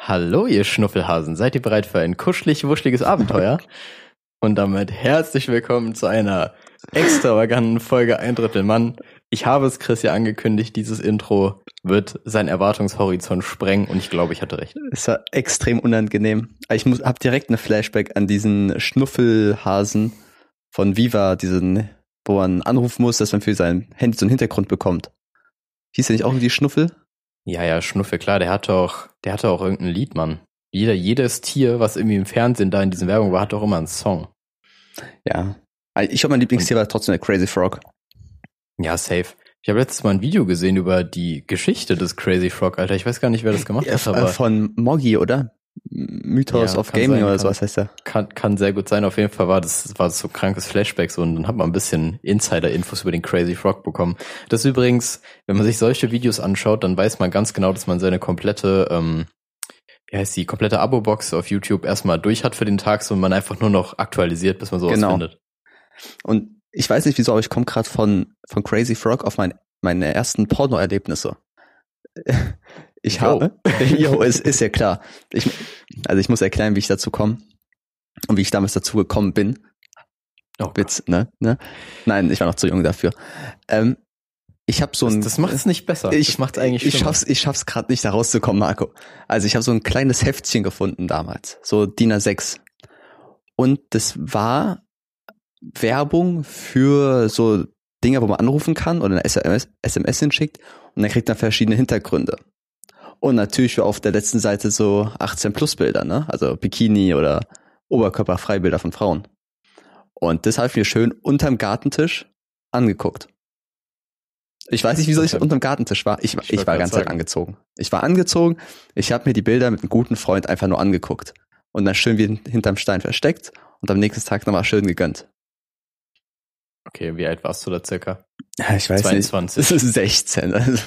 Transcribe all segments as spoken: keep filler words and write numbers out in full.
Hallo, ihr Schnuffelhasen. Seid ihr bereit für ein kuschelig-wuscheliges Abenteuer? Und damit herzlich willkommen zu einer extravaganten Folge Ein Drittel Mann. Ich habe es Chris ja angekündigt, dieses Intro wird seinen Erwartungshorizont sprengen und ich glaube, ich hatte recht. Es war extrem unangenehm. Ich muss, hab direkt eine Flashback an diesen Schnuffelhasen von Viva, diesen, wo man anrufen muss, dass man für sein Handy so einen Hintergrund bekommt. Hieß der nicht auch irgendwie Schnuffel? Ja, ja, Schnuffel, klar, der hatte auch, der hatte auch irgendein Lied, Mann. Jeder, jedes Tier, was irgendwie im Fernsehen da in diesen Werbung war, hat auch immer einen Song. Ja. Ich glaube, mein Lieblingstier war trotzdem der Crazy Frog. Ja, safe. Ich habe letztes Mal ein Video gesehen über die Geschichte des Crazy Frog, Alter. Ich weiß gar nicht, wer das gemacht hat, aber... Von Moggy, oder? Mythos ja, of Gaming sein, oder kann, sowas heißt der. Kann, kann sehr gut sein. Auf jeden Fall war das, war das so krankes Flashback so und dann hat man ein bisschen Insider-Infos über den Crazy Frog bekommen. Das ist übrigens, wenn man sich solche Videos anschaut, dann weiß man ganz genau, dass man seine komplette, ähm, wie heißt die, komplette Abo-Box auf YouTube erstmal durch hat für den Tag, so und man einfach nur noch aktualisiert, bis man sowas genau. findet. Und ich weiß nicht wieso, aber ich komme gerade von, von Crazy Frog auf mein, meine ersten Porno-Erlebnisse. Ich habe, jo, es ist ja klar. Ich, also ich muss erklären, wie ich dazu komme und wie ich damals dazu gekommen bin. Oh, Witz, ne, ne? Nein, ich war noch zu jung dafür. Ähm, ich habe so ein. Das, das macht es nicht besser. Ich, das macht's eigentlich ich schaff's, ich schaff's gerade nicht, da rauszukommen, Marco. Also ich habe so ein kleines Heftchen gefunden damals, so D I N A sechs, und das war Werbung für so Dinge, wo man anrufen kann oder eine S M S, S M S hinschickt und dann kriegt man verschiedene Hintergründe. Und natürlich war auf der letzten Seite so achtzehn Plus Bilder, ne? Also Bikini oder Oberkörperfreibilder von Frauen. Und das habe ich mir schön unterm Gartentisch angeguckt. Ich weiß nicht, wieso ich unterm Gartentisch war. Ich, ich, ich war ganz Zeit angezogen. Ich war angezogen, ich habe mir die Bilder mit einem guten Freund einfach nur angeguckt. Und dann schön wie hinterm Stein versteckt und am nächsten Tag nochmal schön gegönnt. Okay, wie alt warst du da circa? Ja, ich weiß zweiundzwanzig. nicht. Das ist sechzehn. Also.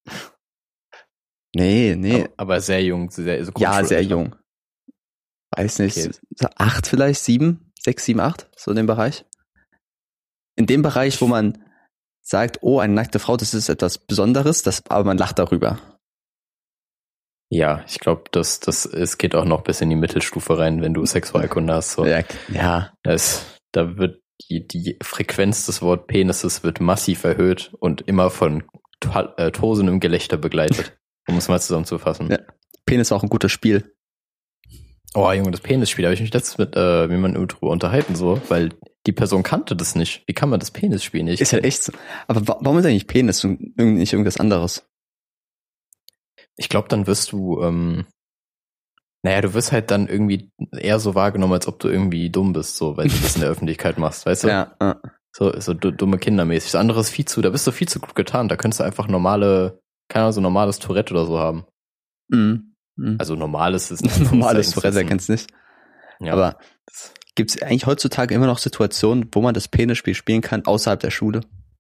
Nee, nee. Aber, aber sehr jung. Sehr, so ja, sehr jung. Weiß nicht. Okay. So acht vielleicht, sieben, sechs, sieben, acht, so in dem Bereich. In dem Bereich, wo man sagt, oh, eine nackte Frau, das ist etwas Besonderes, das, aber man lacht darüber. Ja, ich glaube, das, das, es geht auch noch bis in die Mittelstufe rein, wenn du Sexualkunde hast. So. Ja. ja. Das, da wird die, die Frequenz des Wort Penises wird massiv erhöht und immer von to- äh, tosendem Gelächter begleitet. Um es mal zusammenzufassen. Ja. Penis war auch ein gutes Spiel. Oh, Junge, das Penisspiel, da habe ich mich letztens mit äh, jemandem drüber unterhalten, so, weil die Person kannte das nicht. Wie kann man das Penisspiel nicht? Ist halt echt so. Aber warum ist eigentlich Penis und nicht irgendwas anderes? Ich glaube, dann wirst du, ähm, naja, du wirst halt dann irgendwie eher so wahrgenommen, als ob du irgendwie dumm bist, so, weil du das in der Öffentlichkeit machst, weißt du? Ja. ja. So, so dumme Kindermäßig. Das andere ist viel zu, da bist du viel zu gut getan. Da könntest du einfach normale, keine Ahnung, so normales Tourette oder so haben. Mhm. mhm. Also normales ist normales Tourette, wer kennt's nicht. Ja. Aber gibt's eigentlich heutzutage immer noch Situationen, wo man das Penisspiel spielen kann, außerhalb der Schule?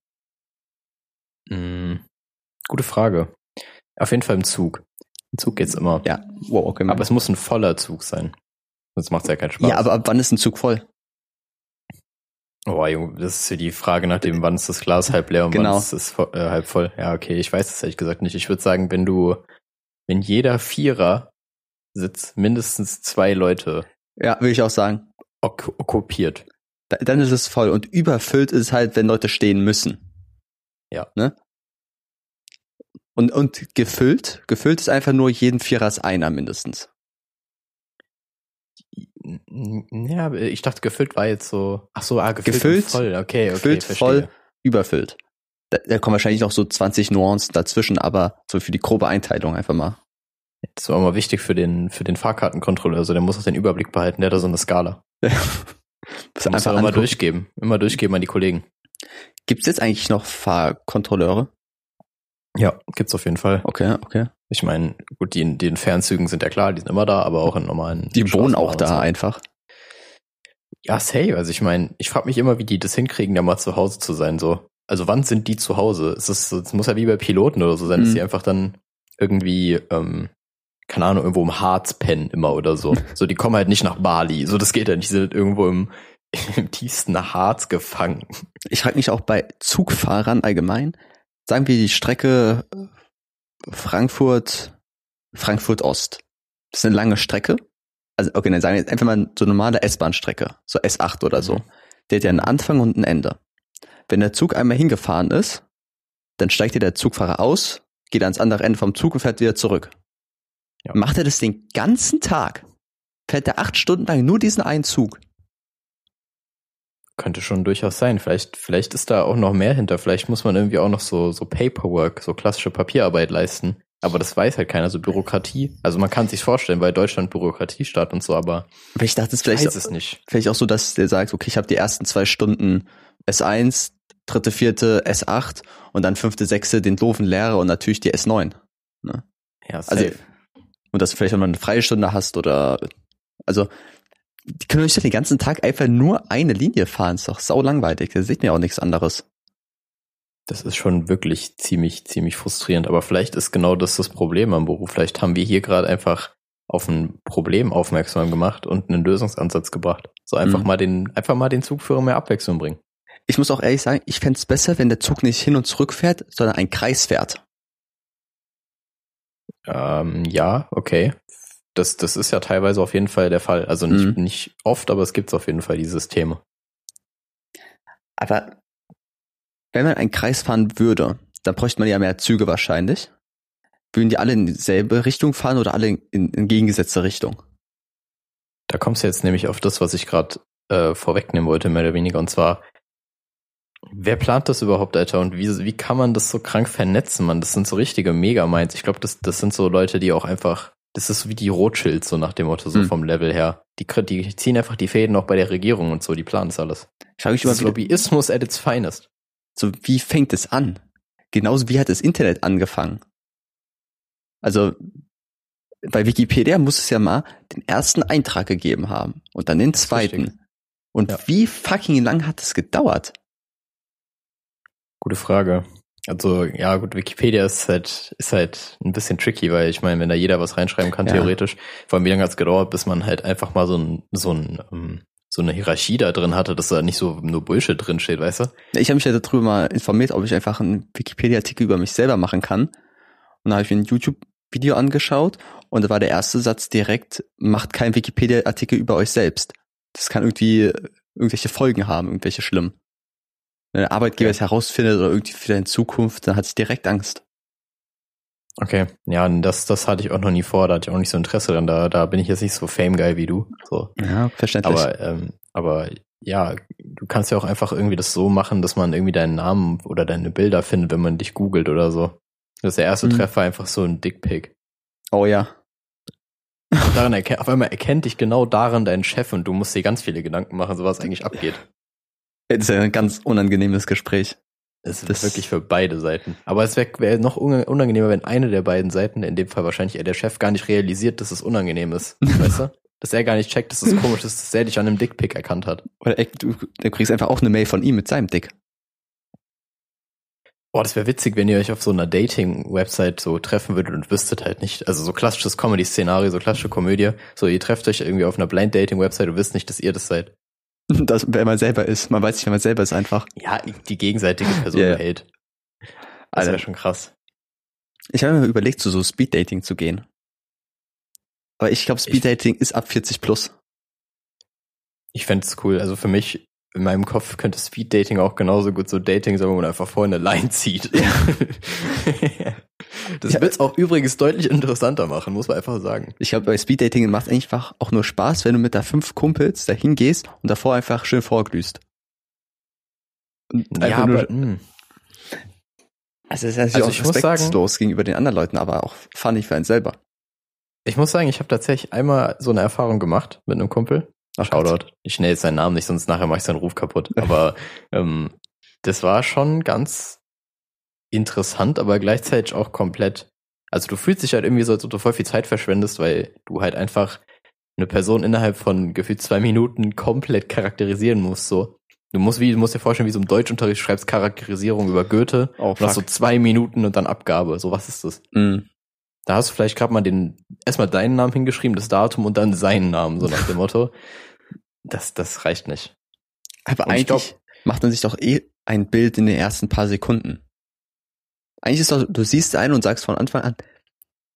Mhm. Gute Frage. Auf jeden Fall im Zug. Im Zug geht's immer. Ja, wow, okay. Aber es muss ein voller Zug sein. Sonst macht's ja keinen Spaß. Ja, aber ab wann ist ein Zug voll? Oh, Junge, das ist ja die Frage nach dem, wann ist das Glas halb leer und genau. wann ist es äh, halb voll. Ja, okay, ich weiß es ehrlich gesagt nicht. Ich würde sagen, wenn du, wenn jeder Vierer Sitz mindestens zwei Leute. Ja, würde ich auch sagen. Ok- okkupiert. Da, dann ist es voll. Und überfüllt ist es halt, wenn Leute stehen müssen. Ja. Ne? Und, und gefüllt? Gefüllt ist einfach nur jeden Vierer ist einer mindestens. Ja, ich dachte, gefüllt war jetzt so, ach so, ah, gefüllt, gefüllt voll, okay, okay, gefüllt, verstehe. voll, überfüllt. Da, da kommen wahrscheinlich noch so zwanzig Nuancen dazwischen, aber so für die grobe Einteilung einfach mal. Das war auch mal wichtig für den, für den Fahrkartenkontrolleur, also der muss auch den Überblick behalten, der hat da so eine Skala. Das muss er immer durchgeben, immer durchgeben an die Kollegen. Gibt's jetzt eigentlich noch Fahrkontrolleure? Ja, gibt's auf jeden Fall. Okay, okay. Ich meine, gut, die in den Fernzügen sind ja klar, die sind immer da, aber auch in normalen. Die wohnen auch da so. Einfach. Ja, safe. Also ich meine, ich frage mich immer, wie die das hinkriegen, da mal zu Hause zu sein. So, also wann sind die zu Hause? Es ist, es muss ja wie bei Piloten oder so sein, mhm. dass die einfach dann irgendwie, ähm, keine Ahnung, irgendwo im Harz pennen immer oder so. So, die kommen halt nicht nach Bali. So, das geht ja nicht. Die sind irgendwo im, im tiefsten Harz gefangen. Ich frage mich auch bei Zugfahrern allgemein. Sagen wir die Strecke Frankfurt, Frankfurt Ost. das ist eine lange Strecke. Also, okay, dann sagen wir jetzt einfach mal so eine normale S-Bahn-Strecke, so S acht oder so. Der hat ja einen Anfang und ein Ende. Wenn der Zug einmal hingefahren ist, dann steigt dir der Zugfahrer aus, geht ans andere Ende vom Zug und fährt wieder zurück. Ja. Macht er das den ganzen Tag? Fährt er acht Stunden lang nur diesen einen Zug? Könnte schon durchaus sein. Vielleicht, vielleicht ist da auch noch mehr hinter. Vielleicht muss man irgendwie auch noch so, so Paperwork, so klassische Papierarbeit leisten. Aber das weiß halt keiner, so Bürokratie. Also man kann sich's vorstellen, weil Deutschland Bürokratiestaat und so, aber ich dachte, es vielleicht weiß es nicht. Vielleicht auch so, dass der sagt, okay, ich habe die ersten zwei Stunden S eins, dritte, vierte S acht und dann fünfte, sechste den doofen Lehrer und natürlich die S neun. Ne? Ja, safe. Also, und dass du vielleicht auch mal eine freie Stunde hast oder, also, die können euch doch den ganzen Tag einfach nur eine Linie fahren. Ist doch sau langweilig. Da sieht mir auch nichts anderes. Das ist schon wirklich ziemlich, ziemlich frustrierend. Aber vielleicht ist genau das das Problem am Beruf. Vielleicht haben wir hier gerade einfach auf ein Problem aufmerksam gemacht und einen Lösungsansatz gebracht. So einfach mhm. mal den, einfach mal den Zugführer mehr Abwechslung bringen. Ich muss auch ehrlich sagen, ich fände es besser, wenn der Zug nicht hin und zurück fährt, sondern ein Kreis fährt. Ähm, ja, okay. Das, das ist ja teilweise auf jeden Fall der Fall. Also nicht, mhm. nicht oft, aber es gibt auf jeden Fall die Systeme. Aber wenn man einen Kreis fahren würde, dann bräuchte man ja mehr Züge wahrscheinlich. Würden die alle in dieselbe Richtung fahren oder alle in, in entgegengesetzte Richtung? Da kommst du jetzt nämlich auf das, was ich gerade äh, vorwegnehmen wollte, mehr oder weniger. Und zwar, wer plant das überhaupt, Alter? Und wie, wie kann man das so krank vernetzen, Mann? Das sind so richtige Megaminds. Ich glaube, das, das sind so Leute, die auch einfach, das ist so wie die Rothschilds, so nach dem Motto, so mhm. vom Level her. Die, die ziehen einfach die Fäden auch bei der Regierung und so, die planen das alles. Ich frage mich das ist Lobbyismus at its finest. So, wie fängt es an? Genauso wie hat das Internet angefangen? Also, bei Wikipedia muss es ja mal den ersten Eintrag gegeben haben und dann den zweiten. Und ja. wie fucking lang hat es gedauert? Gute Frage. Also, ja gut, Wikipedia ist halt, ist halt ein bisschen tricky, weil ich meine, wenn da jeder was reinschreiben kann, ja. theoretisch, vor allem wie lange hat es gedauert, bis man halt einfach mal so ein, so ein, um, so eine Hierarchie da drin hatte, dass da nicht so nur Bullshit drin steht, weißt du? Ich habe mich ja darüber mal informiert, ob ich einfach einen Wikipedia-Artikel über mich selber machen kann. Und da habe ich mir ein YouTube-Video angeschaut und da war der erste Satz direkt, macht keinen Wikipedia-Artikel über euch selbst. Das kann irgendwie irgendwelche Folgen haben, irgendwelche schlimm. Wenn der Arbeitgeber es okay. herausfindet oder irgendwie für deine Zukunft, dann hat ich direkt Angst. Okay, ja, das, das hatte ich auch noch nie vor, da hatte ich auch nicht so Interesse dran, da, da bin ich jetzt nicht so Fame-Guy wie du. So. Ja, verständlich. Aber, ähm, aber ja, du kannst ja auch einfach irgendwie das so machen, dass man irgendwie deinen Namen oder deine Bilder findet, wenn man dich googelt oder so. Das ist der erste mhm. Treffer einfach so ein Dickpic. Oh ja. Und daran erkennt, auf einmal erkennt dich genau daran dein Chef und du musst dir ganz viele Gedanken machen, so was eigentlich abgeht. Das ist ja ein ganz unangenehmes Gespräch. Es ist das wirklich für beide Seiten. Aber es wäre wär noch unangenehmer, wenn eine der beiden Seiten, in dem Fall wahrscheinlich eher der Chef, gar nicht realisiert, dass es unangenehm ist. Weißt du? Dass er gar nicht checkt, dass es komisch ist, dass er dich an einem Dickpic erkannt hat. Oder du, du kriegst einfach auch eine Mail von ihm mit seinem Dick. Boah, das wäre witzig, wenn ihr euch auf so einer Dating-Website so treffen würdet und wüsstet halt nicht. Also so klassisches Comedy-Szenario, so klassische Komödie. So, ihr trefft euch irgendwie auf einer Blind-Dating-Website und wisst nicht, dass ihr das seid. Das, wer man selber ist. Man weiß nicht, wer man selber ist einfach. Ja, die gegenseitige Person yeah. behält. Das wäre schon krass. Ich habe mir überlegt, zu so Speed-Dating zu gehen. Aber ich glaube, Speed-Dating ist ab vierzig plus. Ich fände es cool. Also für mich, in meinem Kopf könnte Speed-Dating auch genauso gut so Dating sein, wo man einfach vorne eine Line zieht. Ja. Das ja. wird es auch übrigens deutlich interessanter machen, muss man einfach sagen. Ich glaube, bei Speeddating macht es einfach auch nur Spaß, wenn du mit da fünf Kumpels da hingehst und davor einfach schön vorglühst. Ja, aber, nur, also es ist natürlich also auch respektlos gegenüber den anderen Leuten, aber auch funny für einen selber. Ich muss sagen, ich habe tatsächlich einmal so eine Erfahrung gemacht mit einem Kumpel. Ach, Shoutout. Ich nenne jetzt seinen Namen nicht, sonst nachher mache ich seinen Ruf kaputt. Aber ähm, das war schon ganz interessant, aber gleichzeitig auch komplett, also du fühlst dich halt irgendwie so, als ob du voll viel Zeit verschwendest, weil du halt einfach eine Person innerhalb von gefühlt zwei Minuten komplett charakterisieren musst, so. Du musst wie, du musst dir vorstellen, wie so im Deutschunterricht schreibst Charakterisierung über Goethe, oh, und hast so zwei Minuten und dann Abgabe, so was ist das? Mm. Da hast du vielleicht gerade mal den, erstmal deinen Namen hingeschrieben, das Datum und dann seinen Namen, so nach dem Motto. Das, das reicht nicht. Aber und eigentlich glaub, macht man sich doch eh ein Bild in den ersten paar Sekunden. Eigentlich ist doch, du siehst einen und sagst von Anfang an,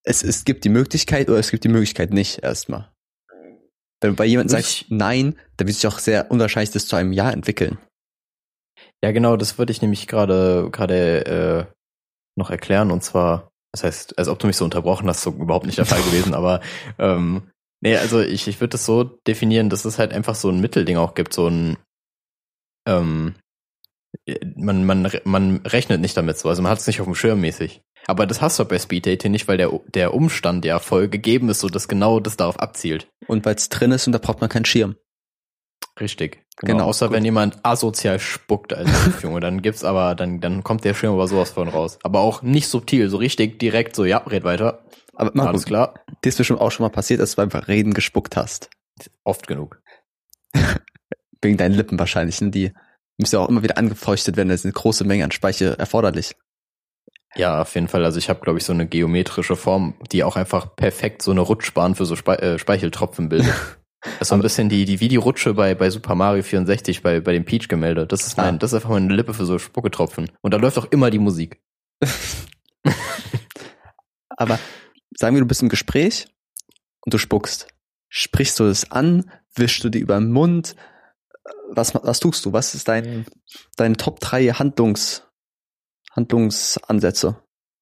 es, es gibt die Möglichkeit oder es gibt die Möglichkeit nicht erstmal. Wenn du bei jemandem sagst nein, dann wird sich auch sehr unwahrscheinlich das zu einem Ja entwickeln. Ja, genau, das würde ich nämlich gerade gerade äh, noch erklären, und zwar, das heißt, als ob du mich so unterbrochen hast, so überhaupt nicht der Fall gewesen, aber ähm, nee, also ich, ich würde das so definieren, dass es halt einfach so ein Mittelding auch gibt, so ein ähm, man, man, man rechnet nicht damit so, also man hat es nicht auf dem Schirm mäßig. Aber das hast du bei Speed Dating nicht, weil der, der Umstand ja voll gegeben ist, so dass genau das darauf abzielt. Und weil es drin ist und da braucht man keinen Schirm. Richtig. Genau, genau außer gut. Wenn jemand asozial spuckt als Junge, dann gibt's aber, dann, dann kommt der Schirm aber sowas von raus. Aber auch nicht subtil, so richtig direkt so, ja, red weiter. Aber Marco, alles klar. Dir ist bestimmt auch schon mal passiert, dass du beim Reden gespuckt hast. Oft genug. Wegen deinen Lippen wahrscheinlich, ne? Die müssen ja auch immer wieder angefeuchtet werden, da ist eine große Menge an Speichel erforderlich. Ja, auf jeden Fall. Also ich habe, glaube ich, so eine geometrische Form, die auch einfach perfekt so eine Rutschbahn für so Spe- äh, Speicheltropfen bildet. Das ist so ein bisschen die, die Videorutsche bei, bei Super Mario vierundsechzig, bei, bei dem Peach-Gemälde. Das ist mein, ah. das ist einfach meine Lippe für so Spucketropfen. Und da läuft auch immer die Musik. Aber sagen wir, du bist im Gespräch und du spuckst. Sprichst du das an? Wischst du dir über den Mund? Was, was tust du? Was ist dein, deine Top drei Handlungs, Handlungsansätze?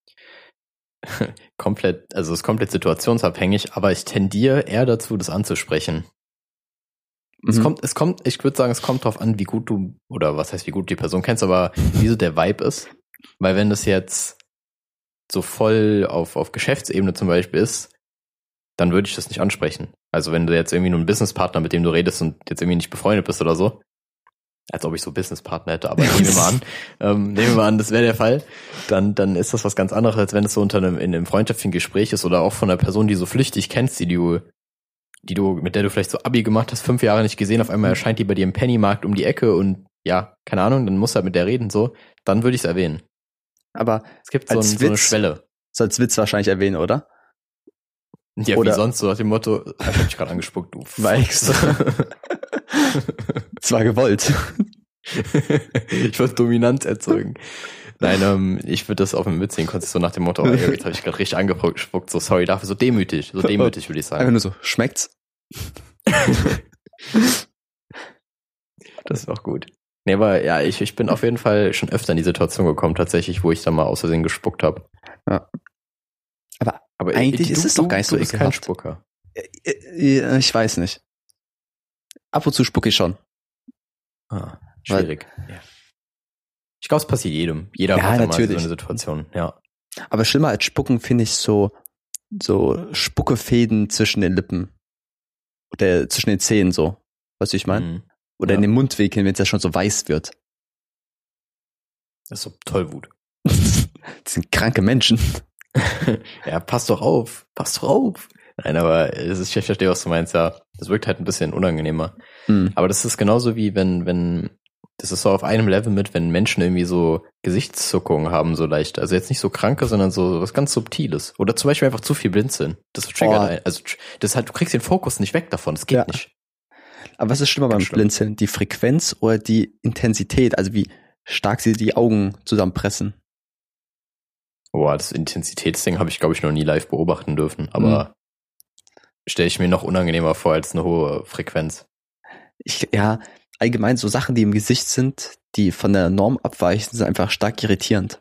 Komplett, also es ist komplett situationsabhängig, aber ich tendiere eher dazu, das anzusprechen. Mhm. Es kommt, es kommt, ich würde sagen, es kommt drauf an, wie gut du, oder was heißt, wie gut du die Person kennst, aber wie so der Vibe ist. Weil wenn das jetzt so voll auf, auf Geschäftsebene zum Beispiel ist, dann würde ich das nicht ansprechen. Also wenn du jetzt irgendwie nur einen Businesspartner, mit dem du redest und jetzt irgendwie nicht befreundet bist oder so, als ob ich so Businesspartner hätte, aber nehmen wir mal an, ähm, nehmen wir mal an, das wäre der Fall, dann dann ist das was ganz anderes, als wenn es so unter einem in einem freundschaftlichen Gespräch ist oder auch von einer Person, die so flüchtig kennst, die du, die du, mit der du vielleicht so Abi gemacht hast, fünf Jahre nicht gesehen, auf einmal erscheint die bei dir im Pennymarkt um die Ecke und ja, keine Ahnung, dann musst du halt mit der reden, so, dann würde ich es erwähnen. Aber es gibt so, ein, Witz, so eine Schwelle. So als Witz wahrscheinlich erwähnen, oder? Ja, oder wie sonst, so nach dem Motto, ich hab dich gerade angespuckt, du Weichst. Es war gewollt. Ich wollte Dominanz erzeugen. Nein, ähm, ich würde das auf dem Witz sehen, konntest so nach dem Motto, oh, jetzt habe ich gerade richtig angespuckt, so sorry dafür, so demütig, so demütig würde ich sagen. Einfach nur so, schmeckt's? Das ist auch gut. Nee, aber ja, ich, ich bin auf jeden Fall schon öfter in die Situation gekommen, tatsächlich, wo ich dann mal aus Versehen gespuckt habe. Ja. Aber, aber eigentlich ich, ist du, es doch gar nicht so ekelhaft. Du bist kein Spucker. Ich weiß nicht. Ab und zu spucke ich schon. Ah, schwierig. Weil, ja. Ich glaube, es passiert jedem. Jeder ja, hat natürlich. mal so eine Situation, ja. Aber schlimmer als Spucken finde ich so, so Spuckefäden zwischen den Lippen. Oder zwischen den Zähnen so. Weißt du, wie ich meine? Mhm. Oder ja. in den Mundwinkeln, wenn es ja schon so weiß wird. Das ist so Tollwut. Das sind kranke Menschen. Ja, pass doch auf. Pass doch auf. Nein, aber es ist, ich verstehe, was du meinst, ja. Das wirkt halt ein bisschen unangenehmer. Mhm. Aber das ist genauso wie wenn, wenn, das ist so auf einem Level mit, wenn Menschen irgendwie so Gesichtszuckungen haben, so leicht. Also jetzt nicht so kranke, sondern so was ganz Subtiles. Oder zum Beispiel einfach zu viel blinzeln. Das triggert oh. ein. Also, das ist halt, du kriegst den Fokus nicht weg davon. Das geht ja. nicht. Aber was ist schlimmer beim schlimm. Blinzeln? Die Frequenz oder die Intensität? Also wie stark sie die Augen zusammenpressen? Boah, das Intensitätsding habe ich, glaube ich, noch nie live beobachten dürfen. Aber mhm. stelle ich mir noch unangenehmer vor als eine hohe Frequenz. Ich, ja, allgemein so Sachen, die im Gesicht sind, die von der Norm abweichen, sind einfach stark irritierend.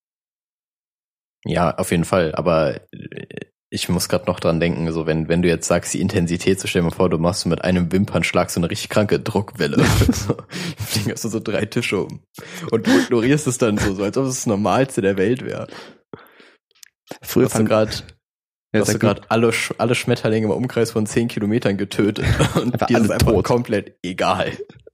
Ja, auf jeden Fall. Aber ich muss gerade noch dran denken, so wenn wenn du jetzt sagst, die Intensität, so stell dir mal vor, du machst mit einem Wimpernschlag so eine richtig kranke Druckwelle. So, fliegen hast du so drei Tische um. Und du ignorierst es dann so, so als ob es das Normalste der Welt wäre. Früher hast du gerade Ja, hast du gerade alle, alle Schmetterlinge im Umkreis von zehn Kilometern getötet und einfach die sind einfach tot. Komplett egal.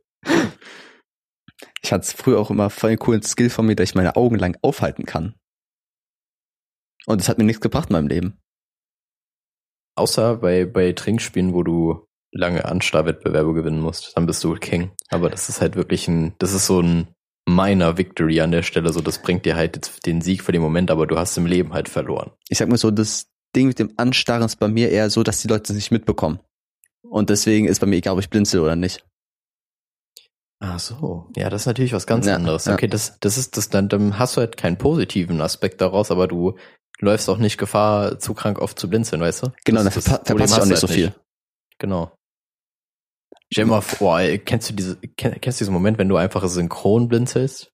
Ich hatte früher auch immer voll einen coolen Skill von mir, dass ich meine Augen lang aufhalten kann. Und das hat mir nichts gebracht in meinem Leben. Außer bei, bei Trinkspielen, wo du lange Anstarrwettbewerbe gewinnen musst, dann bist du King. Aber das ist halt wirklich ein, das ist so ein minor Victory an der Stelle, so das bringt dir halt jetzt den Sieg für den Moment, aber du hast im Leben halt verloren. Ich sag mal so, das Ding mit dem Anstarren ist bei mir eher so, dass die Leute es nicht mitbekommen. Und deswegen ist bei mir egal, ob ich blinzel oder nicht. Ach so. Ja, das ist natürlich was ganz ja, anderes. Ja. Okay, das, das ist, das, dann, dann hast du halt keinen positiven Aspekt daraus, aber du Du läufst auch nicht Gefahr, zu krank oft zu blinzeln, weißt du? Genau, das, da das verpa- verpasst du auch nicht so viel. Genau. Stell dir mal vor, ey, kennst du diese, kenn, kennst du diesen Moment, wenn du einfach synchron blinzelst?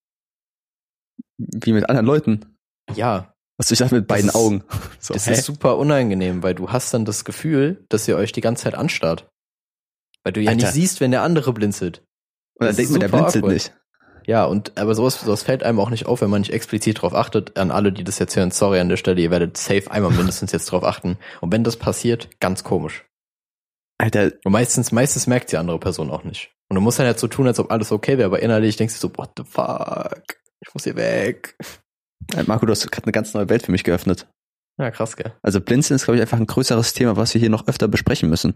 Wie mit anderen Leuten. Ja. Was du sagst mit beiden ist, Augen. So, das hä? ist super unangenehm, weil du hast dann das Gefühl, dass ihr euch die ganze Zeit anstarrt. Weil du ja Alter. nicht siehst, wenn der andere blinzelt. Und dann denkt man, der blinzelt awkward. nicht. Ja, und aber sowas, sowas fällt einem auch nicht auf, wenn man nicht explizit drauf achtet. An alle, die das jetzt hören, sorry an der Stelle, ihr werdet safe einmal mindestens jetzt drauf achten. Und wenn das passiert, ganz komisch. Alter. Und meistens, meistens merkt die andere Person auch nicht. Und du musst dann halt so tun, als ob alles okay wäre, aber innerlich denkst du so, what the fuck? Ich muss hier weg. Marco, du hast gerade eine ganz neue Welt für mich geöffnet. Ja, krass, gell? Also Blinzeln ist, glaube ich, einfach ein größeres Thema, was wir hier noch öfter besprechen müssen.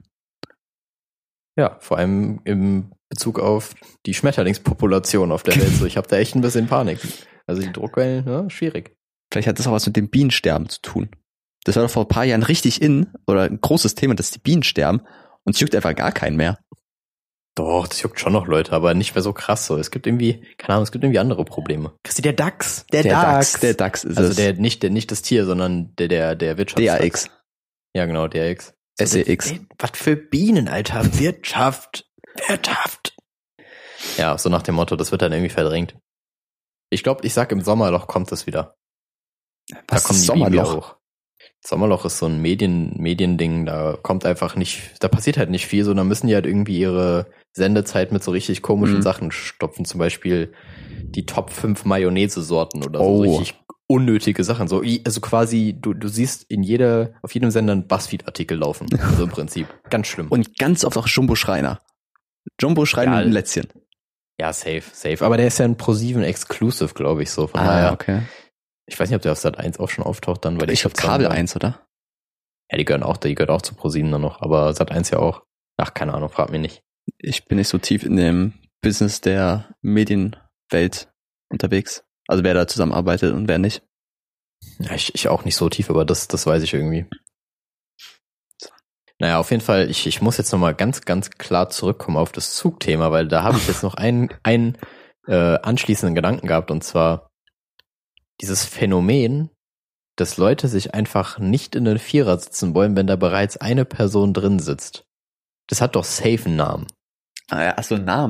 Ja, vor allem im Bezug auf die Schmetterlingspopulation auf der Welt. So, ich habe da echt ein bisschen Panik. Also die Druckwellen, ja, schwierig. Vielleicht hat das auch was mit dem Bienensterben zu tun. Das war doch vor ein paar Jahren richtig in, oder ein großes Thema, dass die Bienen sterben und es juckt einfach gar keinen mehr. Doch, das juckt schon noch Leute, aber nicht mehr so krass so. Es gibt irgendwie, keine Ahnung, es gibt irgendwie andere Probleme. Christi, der Dachs, der, der Dachs. Dachs, der Dachs ist also es. Also der, nicht, der, nicht das Tier, sondern der, der, der Wirtschafts. D A X. Ja, genau, D A X. S E X. Was für Bienen, Alter. Wirtschaft. Wirtschaft. Ja, so nach dem Motto, das wird dann irgendwie verdrängt. Ich glaube, ich sag, im Sommerloch kommt das wieder. Was da kommt ist Sommerloch? Hoch. Sommerloch ist so ein Medien, Mediending, da kommt einfach nicht, da passiert halt nicht viel, sondern müssen die halt irgendwie ihre Sendezeit mit so richtig komischen mhm. Sachen stopfen. Zum Beispiel die Top fünf Mayonnaise-Sorten oder so, oh. so richtig unnötige Sachen. So, also quasi, du, du siehst in jeder, auf jedem Sender einen BuzzFeed-Artikel laufen. Also im Prinzip. Ganz schlimm. Und ganz oft auch Jumbo Schreiner. Jumbo Schreiner ja, mit einem Lätzchen. Ja, safe, safe. Aber der ist ja ein ProSieben Exclusive, glaube ich, so. Von ah, daher. Okay. Ich weiß nicht, ob der auf Sat eins auch schon auftaucht dann, weil ich glaube Kabel eins, oder? Ja, die gehören auch, die gehört auch zu ProSieben dann noch, aber Sat eins ja auch. Ach, keine Ahnung, frag mich nicht. Ich bin nicht so tief in dem Business der Medienwelt unterwegs. Also wer da zusammenarbeitet und wer nicht. Ja, ich, ich auch nicht so tief, aber das, das weiß ich irgendwie. Naja, auf jeden Fall, ich, ich muss jetzt nochmal ganz, ganz klar zurückkommen auf das Zugthema, weil da habe ich jetzt noch einen, einen äh, anschließenden Gedanken gehabt, und zwar dieses Phänomen, dass Leute sich einfach nicht in den Vierer sitzen wollen, wenn da bereits eine Person drin sitzt. Das hat doch safe einen Namen. Ah ja, ach so, einen Namen.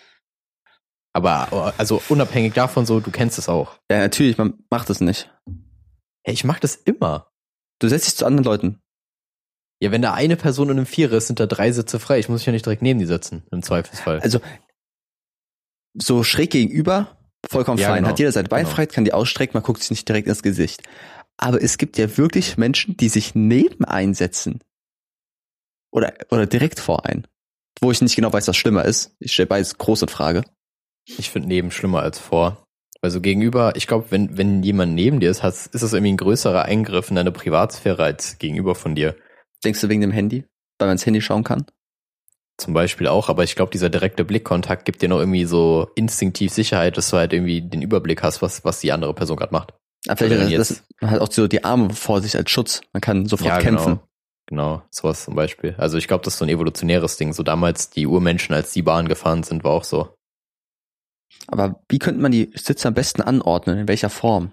Aber also unabhängig davon so, du kennst es auch. Ja, natürlich, man macht das nicht. Ja, ich mach das immer. Du setzt dich zu anderen Leuten. Ja, wenn da eine Person in einem Vierer ist, sind da drei Sitze frei. Ich muss mich ja nicht direkt neben die sitzen, im Zweifelsfall. Also, so schräg gegenüber, vollkommen ja, fein. genau. Hat jeder seine Genau. Beinfreiheit, kann die ausstrecken, man guckt sich nicht direkt ins Gesicht. Aber es gibt ja wirklich Menschen, die sich neben einsetzen. Oder, oder direkt vor ein. Wo ich nicht genau weiß, was schlimmer ist. Ich stelle beides groß in Frage. Ich finde neben schlimmer als vor. Also gegenüber, ich glaube, wenn, wenn jemand neben dir ist, hast, ist das irgendwie ein größerer Eingriff in deine Privatsphäre als gegenüber von dir. Denkst du wegen dem Handy? Weil man ins Handy schauen kann? Zum Beispiel auch, aber ich glaube, dieser direkte Blickkontakt gibt dir noch irgendwie so instinktiv Sicherheit, dass du halt irgendwie den Überblick hast, was, was die andere Person gerade macht. Aber vielleicht Also das, das, man hat auch so die Arme vor sich als Schutz. Man kann sofort ja, kämpfen. Genau. Genau, sowas zum Beispiel. Also ich glaube, das ist so ein evolutionäres Ding. So damals die Urmenschen, als die Bahn gefahren sind, war auch so. Aber wie könnte man die Sitze am besten anordnen? In welcher Form?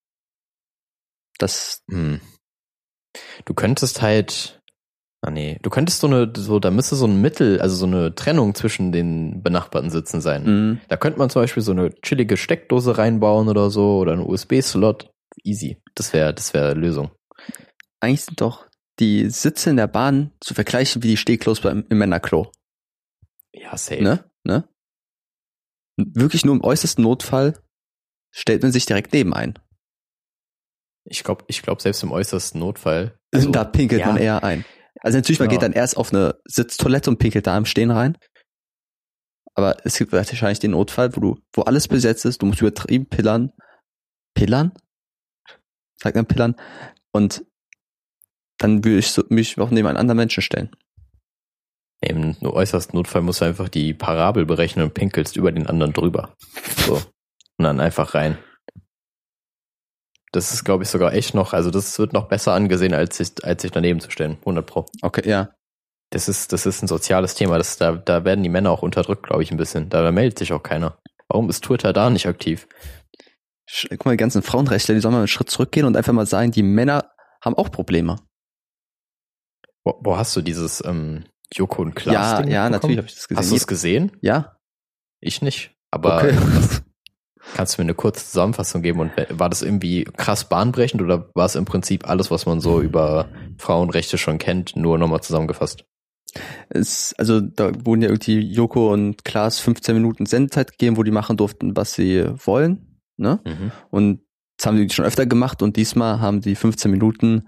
Das. Hm. Du könntest halt, ah nee, du könntest so eine, so, da müsste so ein Mittel, also so eine Trennung zwischen den benachbarten Sitzen sein. Mhm. Da könnte man zum Beispiel so eine chillige Steckdose reinbauen oder so oder einen U S B-Slot. Easy. Das wäre, das wäre Lösung. Eigentlich sind doch die Sitze in der Bahn zu vergleichen wie die Stehklos beim im Männerklo. Ja, safe. Ne? Ne? Wirklich nur im äußersten Notfall stellt man sich direkt neben ein. Ich glaube, ich glaube selbst im äußersten Notfall. Also, da pinkelt ja, man eher ein. Also natürlich, man genau. geht dann erst auf eine Sitztoilette und pinkelt da im Stehen rein. Aber es gibt wahrscheinlich den Notfall, wo du, wo alles besetzt ist, du musst übertrieben pillern. Pillern? Sagt man pillern? Und dann würde ich so, mich auch neben einen anderen Menschen stellen. Im äußersten Notfall musst du einfach die Parabel berechnen und pinkelst über den anderen drüber. So. Und dann einfach rein. Das ist, glaube ich, sogar echt noch, also das wird noch besser angesehen, als sich, als sich daneben zu stellen. hundert Pro. Okay, ja. Das ist, das ist ein soziales Thema. Das, da, da werden die Männer auch unterdrückt, glaube ich, ein bisschen. Da, da meldet sich auch keiner. Warum ist Twitter da nicht aktiv? guck mal, die ganzen Frauenrechtler, die sollen mal einen Schritt zurückgehen und einfach mal sagen, die Männer haben auch Probleme. Wo, wo hast du dieses ähm, Joko und Klaas Ja, Ding ja, bekommen? natürlich habe ich das gesehen. Hast du es gesehen? Ja. Ich nicht. Aber Okay. was, kannst du mir eine kurze Zusammenfassung geben? Und war das irgendwie krass bahnbrechend oder war es im Prinzip alles, was man so über Frauenrechte schon kennt, nur nochmal zusammengefasst? Es, also da wurden ja irgendwie Joko und Klaas fünfzehn Minuten Sendezeit gegeben, wo die machen durften, was sie wollen. Ne? Mhm. Und das haben die schon öfter gemacht und diesmal haben die fünfzehn Minuten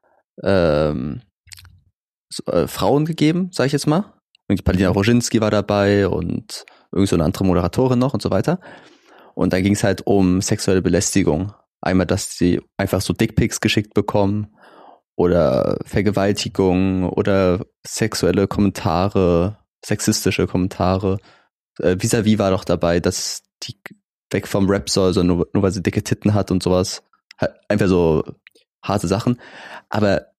ähm, so, äh, Frauen gegeben, sag ich jetzt mal. Und die Palina Roginski war dabei und irgend so eine andere Moderatorin noch und so weiter. Und da ging es halt um sexuelle Belästigung. Einmal, dass sie einfach so Dickpics geschickt bekommen oder Vergewaltigung oder sexuelle Kommentare, sexistische Kommentare. Äh, Vis-à-vis war doch dabei, dass die weg vom Rap soll, sondern nur, nur weil sie dicke Titten hat und sowas. Halt einfach so harte Sachen. Aber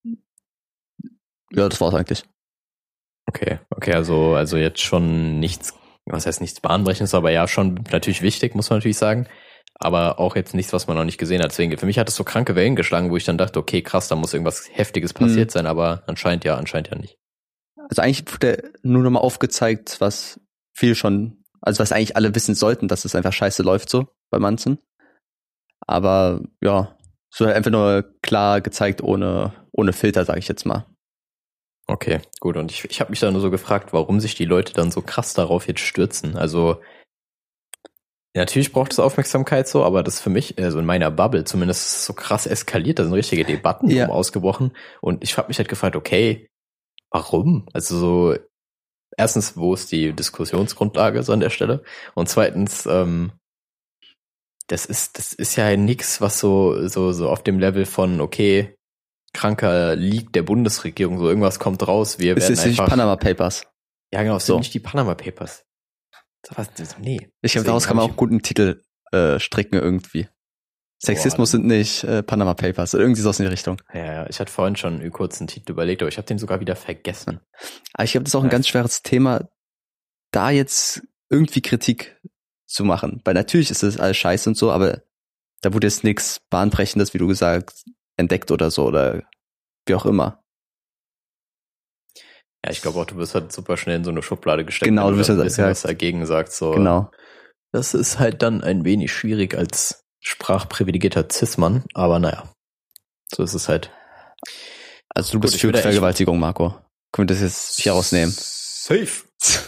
ja, das war's eigentlich. Okay, okay, also, also jetzt schon nichts, was heißt nichts Bahnbrechendes, aber ja, schon natürlich wichtig, muss man natürlich sagen. Aber auch jetzt nichts, was man noch nicht gesehen hat. Deswegen, für mich hat es so kranke Wellen geschlagen, wo ich dann dachte, okay, krass, da muss irgendwas Heftiges passiert mhm. sein, aber anscheinend ja, anscheinend ja nicht. Also eigentlich wurde nur nochmal aufgezeigt, was viel schon, also was eigentlich alle wissen sollten, dass es einfach scheiße läuft so bei manchen. Aber ja, so einfach nur klar gezeigt, ohne, ohne Filter, sage ich jetzt mal. Okay, gut. Und ich, ich habe mich da nur so gefragt, warum sich die Leute dann so krass darauf jetzt stürzen. Also natürlich braucht es Aufmerksamkeit so, aber das für mich, also in meiner Bubble zumindest, so krass eskaliert. Da sind richtige Debatten ja. ausgebrochen. Und ich habe mich halt gefragt, okay, warum? Also so, erstens, wo ist die Diskussionsgrundlage so an der Stelle? Und zweitens, ähm, das ist, das ist ja nix, was so, so, so auf dem Level von, okay, kranker Leak der Bundesregierung, so irgendwas kommt raus, wir es werden ist einfach... nicht Panama Papers. Ja, genau, es so. sind nicht die Panama Papers. Was, nee. Ich glaube, daraus kann man auch einen guten Titel äh, stricken irgendwie. Sexismus Boah, sind nicht äh, Panama Papers, irgendwie sowas in die Richtung. Ja, ja, ich hatte vorhin schon einen kurzen Titel überlegt, aber ich habe den sogar wieder vergessen. Aber ich glaube, das ist auch ein ja. ganz schweres Thema, da jetzt irgendwie Kritik zu machen. Weil natürlich ist das alles scheiße und so, aber da wurde jetzt nichts Bahnbrechendes, wie du gesagt hast, entdeckt oder so oder wie auch immer. Ja, ich glaube auch, du wirst halt super schnell in so eine Schublade gesteckt, genau, wenn du du wirst halt ein bisschen was dagegen sagst. So. Genau. Das ist halt dann ein wenig schwierig als sprachprivilegierter Cis-Mann, aber naja, so ist es halt. Also du bist Gut, für Vergewaltigung, Marco. Können wir das jetzt hier rausnehmen? Safe.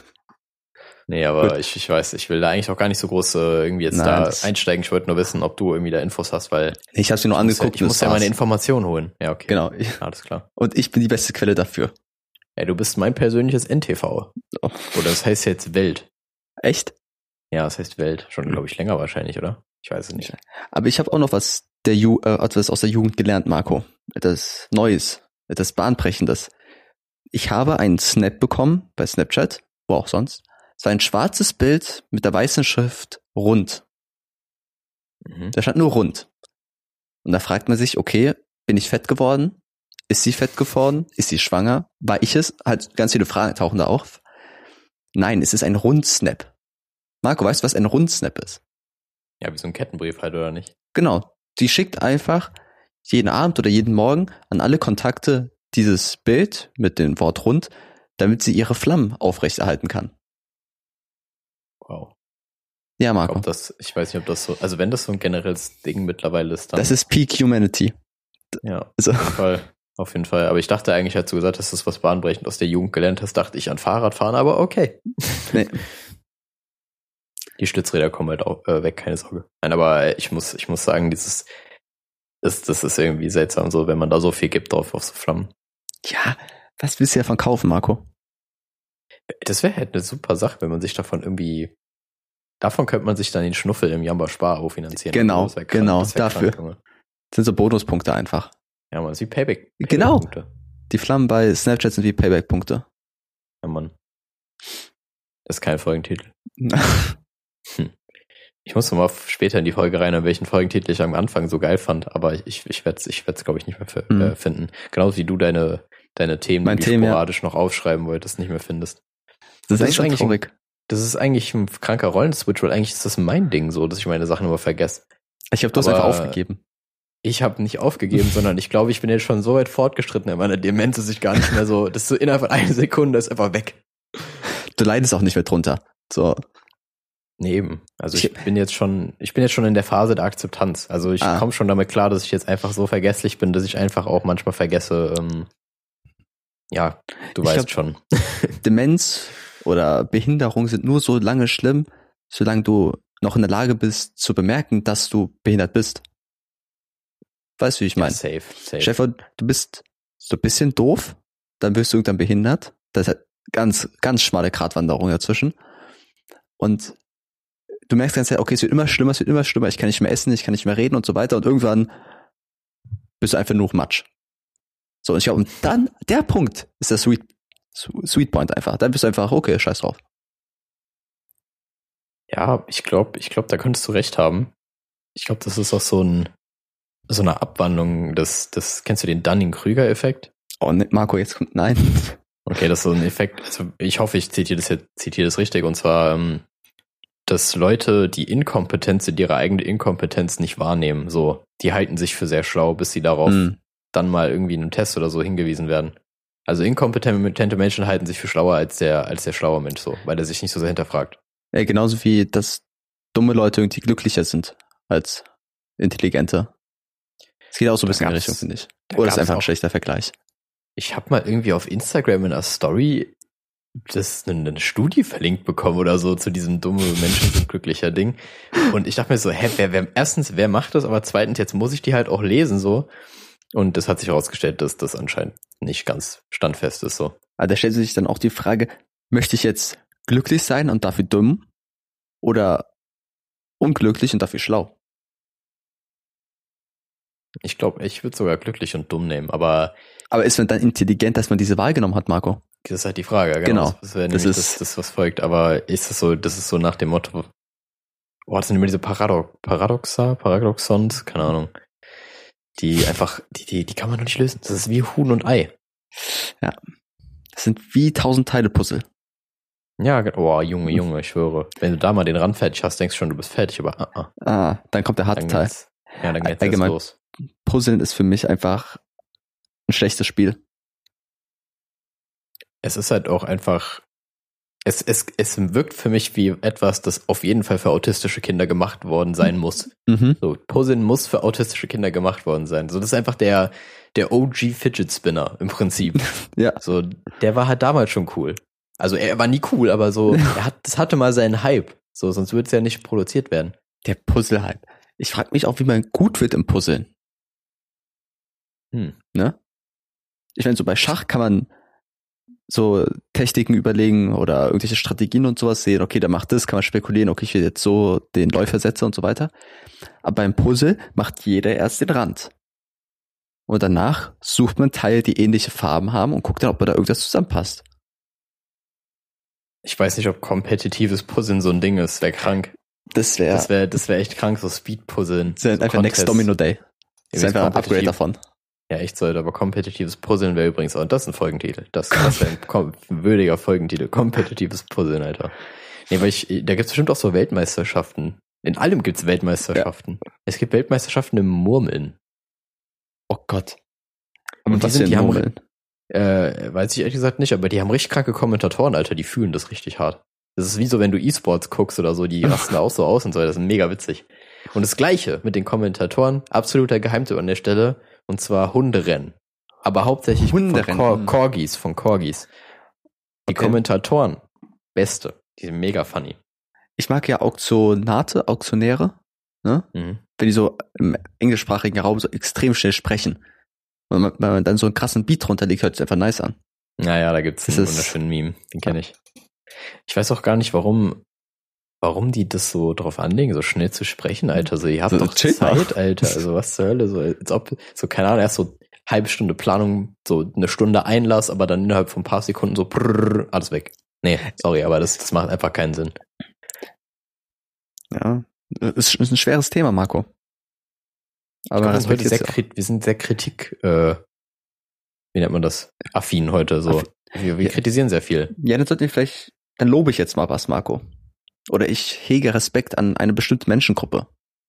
Nee, aber ich, ich weiß, ich will da eigentlich auch gar nicht so groß äh, irgendwie jetzt Nein, da einsteigen. Ich wollte nur wissen, ob du irgendwie da Infos hast, weil ich hab's mir nur ich angeguckt. Muss ja, ich muss ja meine Informationen holen. Ja, okay. Genau. Alles klar. Und ich bin die beste Quelle dafür. Ja, du bist mein persönliches N T V. Oh. Oder das heißt jetzt Welt. Echt? Ja, das heißt Welt. Schon, glaube ich, länger wahrscheinlich, oder? Ich weiß es nicht. Aber ich habe auch noch was der Ju- äh, etwas aus der Jugend gelernt, Marco. Etwas Neues, etwas Bahnbrechendes. Ich habe einen Snap bekommen bei Snapchat, wo auch sonst. Es war ein schwarzes Bild mit der weißen Schrift rund. Mhm. Da stand nur rund. Und da fragt man sich, okay, bin ich fett geworden? Ist sie fett geworden? Ist sie schwanger? War ich es? Halt ganz viele Fragen tauchen da auf. Nein, es ist ein Rundsnap. Marco, weißt du, was ein Rundsnap ist? Ja, wie so ein Kettenbrief halt, oder nicht? Genau. Die schickt einfach jeden Abend oder jeden Morgen an alle Kontakte dieses Bild mit dem Wort rund, damit sie ihre Flammen aufrechterhalten kann. Wow. Ja, Marco. Ich, das, ich weiß nicht, ob das so, also wenn das so ein generelles Ding mittlerweile ist, dann... Das ist Peak Humanity. Ja, also. auf jeden Fall. Auf jeden Fall. Aber ich dachte eigentlich, als du gesagt hast, dass du was bahnbrechend aus der Jugend gelernt hast, dachte ich an Fahrradfahren, aber okay. Nee. Die Stützräder kommen halt auch äh, weg, keine Sorge. Nein, aber ich muss, ich muss sagen, dieses, das, das ist irgendwie seltsam so, wenn man da so viel gibt drauf auf so Flammen. Ja, was willst du davon kaufen, Marco? Das wäre halt eine super Sache, wenn man sich davon irgendwie, davon könnte man sich dann den Schnuffel im Jamba Spar finanzieren. Genau, krank, genau, dafür. Krank, das sind so Bonuspunkte einfach. Ja, man, ist wie Payback. Payback genau. Punkte. Die Flammen bei Snapchat sind wie Payback-Punkte. Ja, Mann. Das ist kein Folgentitel. hm. Ich muss noch mal später in die Folge rein, an welchen Folgentitel ich am Anfang so geil fand, aber ich, ich werde es, ich werde es, glaube ich, nicht mehr f- mhm. äh, finden. Genauso wie du deine, deine Themen, mein die du Themen, sporadisch ja. noch aufschreiben wolltest, nicht mehr findest. Das, das ist eigentlich traurig. Ein, das ist eigentlich ein kranker Rollenswitch, weil eigentlich ist das mein Ding so, dass ich meine Sachen immer vergesse. Ich habe das Aber einfach aufgegeben. Ich habe nicht aufgegeben, sondern ich glaube, ich bin jetzt schon so weit fortgeschritten in meiner Demenz, dass ich gar nicht mehr so, das ist so innerhalb von einer Sekunde ist einfach weg. Du leidest auch nicht mehr drunter. So. Nee, eben. Also ich bin jetzt schon, ich bin jetzt schon in der Phase der Akzeptanz. Also ich Ah. komme schon damit klar, dass ich jetzt einfach so vergesslich bin, dass ich einfach auch manchmal vergesse, ähm, ja, du Ich weißt glaub- schon. Demenz oder Behinderung sind nur so lange schlimm, solange du noch in der Lage bist zu bemerken, dass du behindert bist. Weißt du, wie ich Ja, meine? safe, safe. Stefan, du bist so ein bisschen doof, dann wirst du irgendwann behindert. Das ist halt ganz, ganz schmale Gratwanderung dazwischen. Und du merkst ganz okay, es wird immer schlimmer, es wird immer schlimmer, ich kann nicht mehr essen, ich kann nicht mehr reden und so weiter. Und irgendwann bist du einfach nur noch Matsch. So, und ich glaube, und dann, der Punkt ist der Sweet, Sweet Point einfach. Dann bist du einfach, okay, scheiß drauf. Ja, ich glaube, ich glaube, da könntest du recht haben. Ich glaube, das ist auch so ein, so eine Abwandlung des, des, kennst du den Dunning-Krüger-Effekt? Oh, ne, Marco, jetzt kommt, nein. Okay, das ist so ein Effekt, also ich hoffe, ich zitiere das jetzt, zitiere das richtig, und zwar, ähm, dass Leute die Inkompetenz in ihrer eigenen Inkompetenz nicht wahrnehmen, so, die halten sich für sehr schlau, bis sie darauf Hm. dann mal irgendwie in einem Test oder so hingewiesen werden. Also inkompetente Menschen halten sich für schlauer als der, als der schlaue Mensch, so, weil er sich nicht so sehr hinterfragt. Ja, genauso wie, dass dumme Leute irgendwie glücklicher sind als intelligente. Es geht auch so ein Da bisschen in die gab's- Richtung, finde ich. da Oder ist gab's einfach ein auch- schlechter Vergleich. Ich habe mal irgendwie auf Instagram in einer Story das eine, eine Studie verlinkt bekommen oder so zu diesem dumme Menschen sind glücklicher Ding. Und ich dachte mir so, hä, wer, wer, erstens, wer macht das? Aber zweitens, jetzt muss ich die halt auch lesen, so. Und das hat sich herausgestellt, dass das anscheinend nicht ganz standfest ist, so. Aber da stellt sich dann auch die Frage, möchte ich jetzt glücklich sein und dafür dumm? Oder unglücklich und dafür schlau? Ich glaube, ich würde sogar glücklich und dumm nehmen, aber Aber ist man dann intelligent, dass man diese Wahl genommen hat, Marco? das ist halt die Frage. Genau. Das wäre Das nämlich ist- das, das, was folgt. Aber ist es so, das ist so nach dem Motto, boah, das sind immer diese Paradox, Paradoxa, Paradoxons, keine Ahnung. Die einfach, die, die, die kann man doch nicht lösen. Das ist wie Huhn und Ei. Das sind wie tausend Teile Puzzle. Ja, ge- oh, Junge, Junge, ich schwöre. Wenn du da mal den Rand fertig hast, denkst du schon, du bist fertig, aber ah, ah, Ah, dann kommt der harte dann Teil. geht's. Ja, dann geht's jetzt Allgemein- los. Puzzeln ist für mich einfach ein schlechtes Spiel. Es ist halt auch einfach, es, es, es wirkt für mich wie etwas, das auf jeden Fall für autistische Kinder gemacht worden sein muss. Mhm. So, Puzzeln muss für autistische Kinder gemacht worden sein. So, das ist einfach der, der O G Fidget Spinner im Prinzip. Ja. So, der war halt damals schon cool. Also er war nie cool, aber so, er hat, das hatte mal seinen Hype. So, sonst würde es ja nicht produziert werden. Der Puzzle-Hype. Ich frage mich auch, wie man gut wird im Puzzeln. Hm. Ne? Ich meine, so bei Schach kann man so Techniken überlegen oder irgendwelche Strategien und sowas sehen. Okay, der macht das, kann man spekulieren, okay, ich will jetzt so den Läufer setzen und so weiter. Aber beim Puzzle macht jeder erst den Rand. Und danach sucht man Teile, die ähnliche Farben haben und guckt dann, ob da irgendwas zusammenpasst. Ich weiß nicht, ob kompetitives Puzzeln so ein Ding ist. Wäre krank. Das wäre Das wäre das wär echt krank, so Speed-Puzzeln. das wär so einfach Next Contests. Domino Day. Das ist Übrigens einfach ein Upgrade kompetitiv. davon. Ja, echt so, aber kompetitives Puzzeln wäre übrigens auch, das ist ein Folgentitel. Das, das wäre ein kom- würdiger Folgentitel. Kompetitives Puzzeln, Alter. Nee, weil ich, da gibt's bestimmt auch so Weltmeisterschaften. In allem gibt's Weltmeisterschaften. Es gibt Weltmeisterschaften im Murmeln. Oh Gott. Und die was sind- für die haben- Murmeln? Äh, weiß ich ehrlich gesagt nicht, aber die haben richtig kranke Kommentatoren, Alter, die fühlen das richtig hart. Das ist wie so, wenn du E-Sports guckst oder so, die rasten da auch so aus und so, das ist mega witzig. Und das Gleiche mit den Kommentatoren, absoluter Geheimtipp an der Stelle, und zwar Hunderennen. Aber hauptsächlich Hunderennen. von Cor Corgis, von Corgis. Die Okay. Kommentatoren, beste, die sind mega funny. Ich mag ja Auktionate, Auktionäre, ne? Mhm. Wenn die so im englischsprachigen Raum so extrem schnell sprechen. Und man, wenn man dann so einen krassen Beat drunter legt, hört es einfach nice an. Naja, da gibt's Das einen ist- wunderschönen Meme, den kenne ich. Ich weiß auch gar nicht, warum, warum die das so drauf anlegen, so schnell zu sprechen, Alter. So, ihr habt So, doch chill mal. Zeit, Alter. Also was zur Hölle, so als ob, so keine Ahnung, erst so halbe Stunde Planung, so eine Stunde Einlass, aber dann innerhalb von ein paar Sekunden so prrr, alles weg. Nee, sorry, aber das, das macht einfach keinen Sinn. Ja. Ist, ist ein schweres Thema, Marco. Aber Aber wir, sind heute sehr, respektier's ja. krit- wir sind sehr Kritik, äh, wie nennt man das? Affin heute, so. Affi- Wir, wir Ja. kritisieren sehr viel. Ja, dann sollten wir vielleicht, dann lobe ich jetzt mal was, Marco. Oder ich hege Respekt an eine bestimmte Menschengruppe.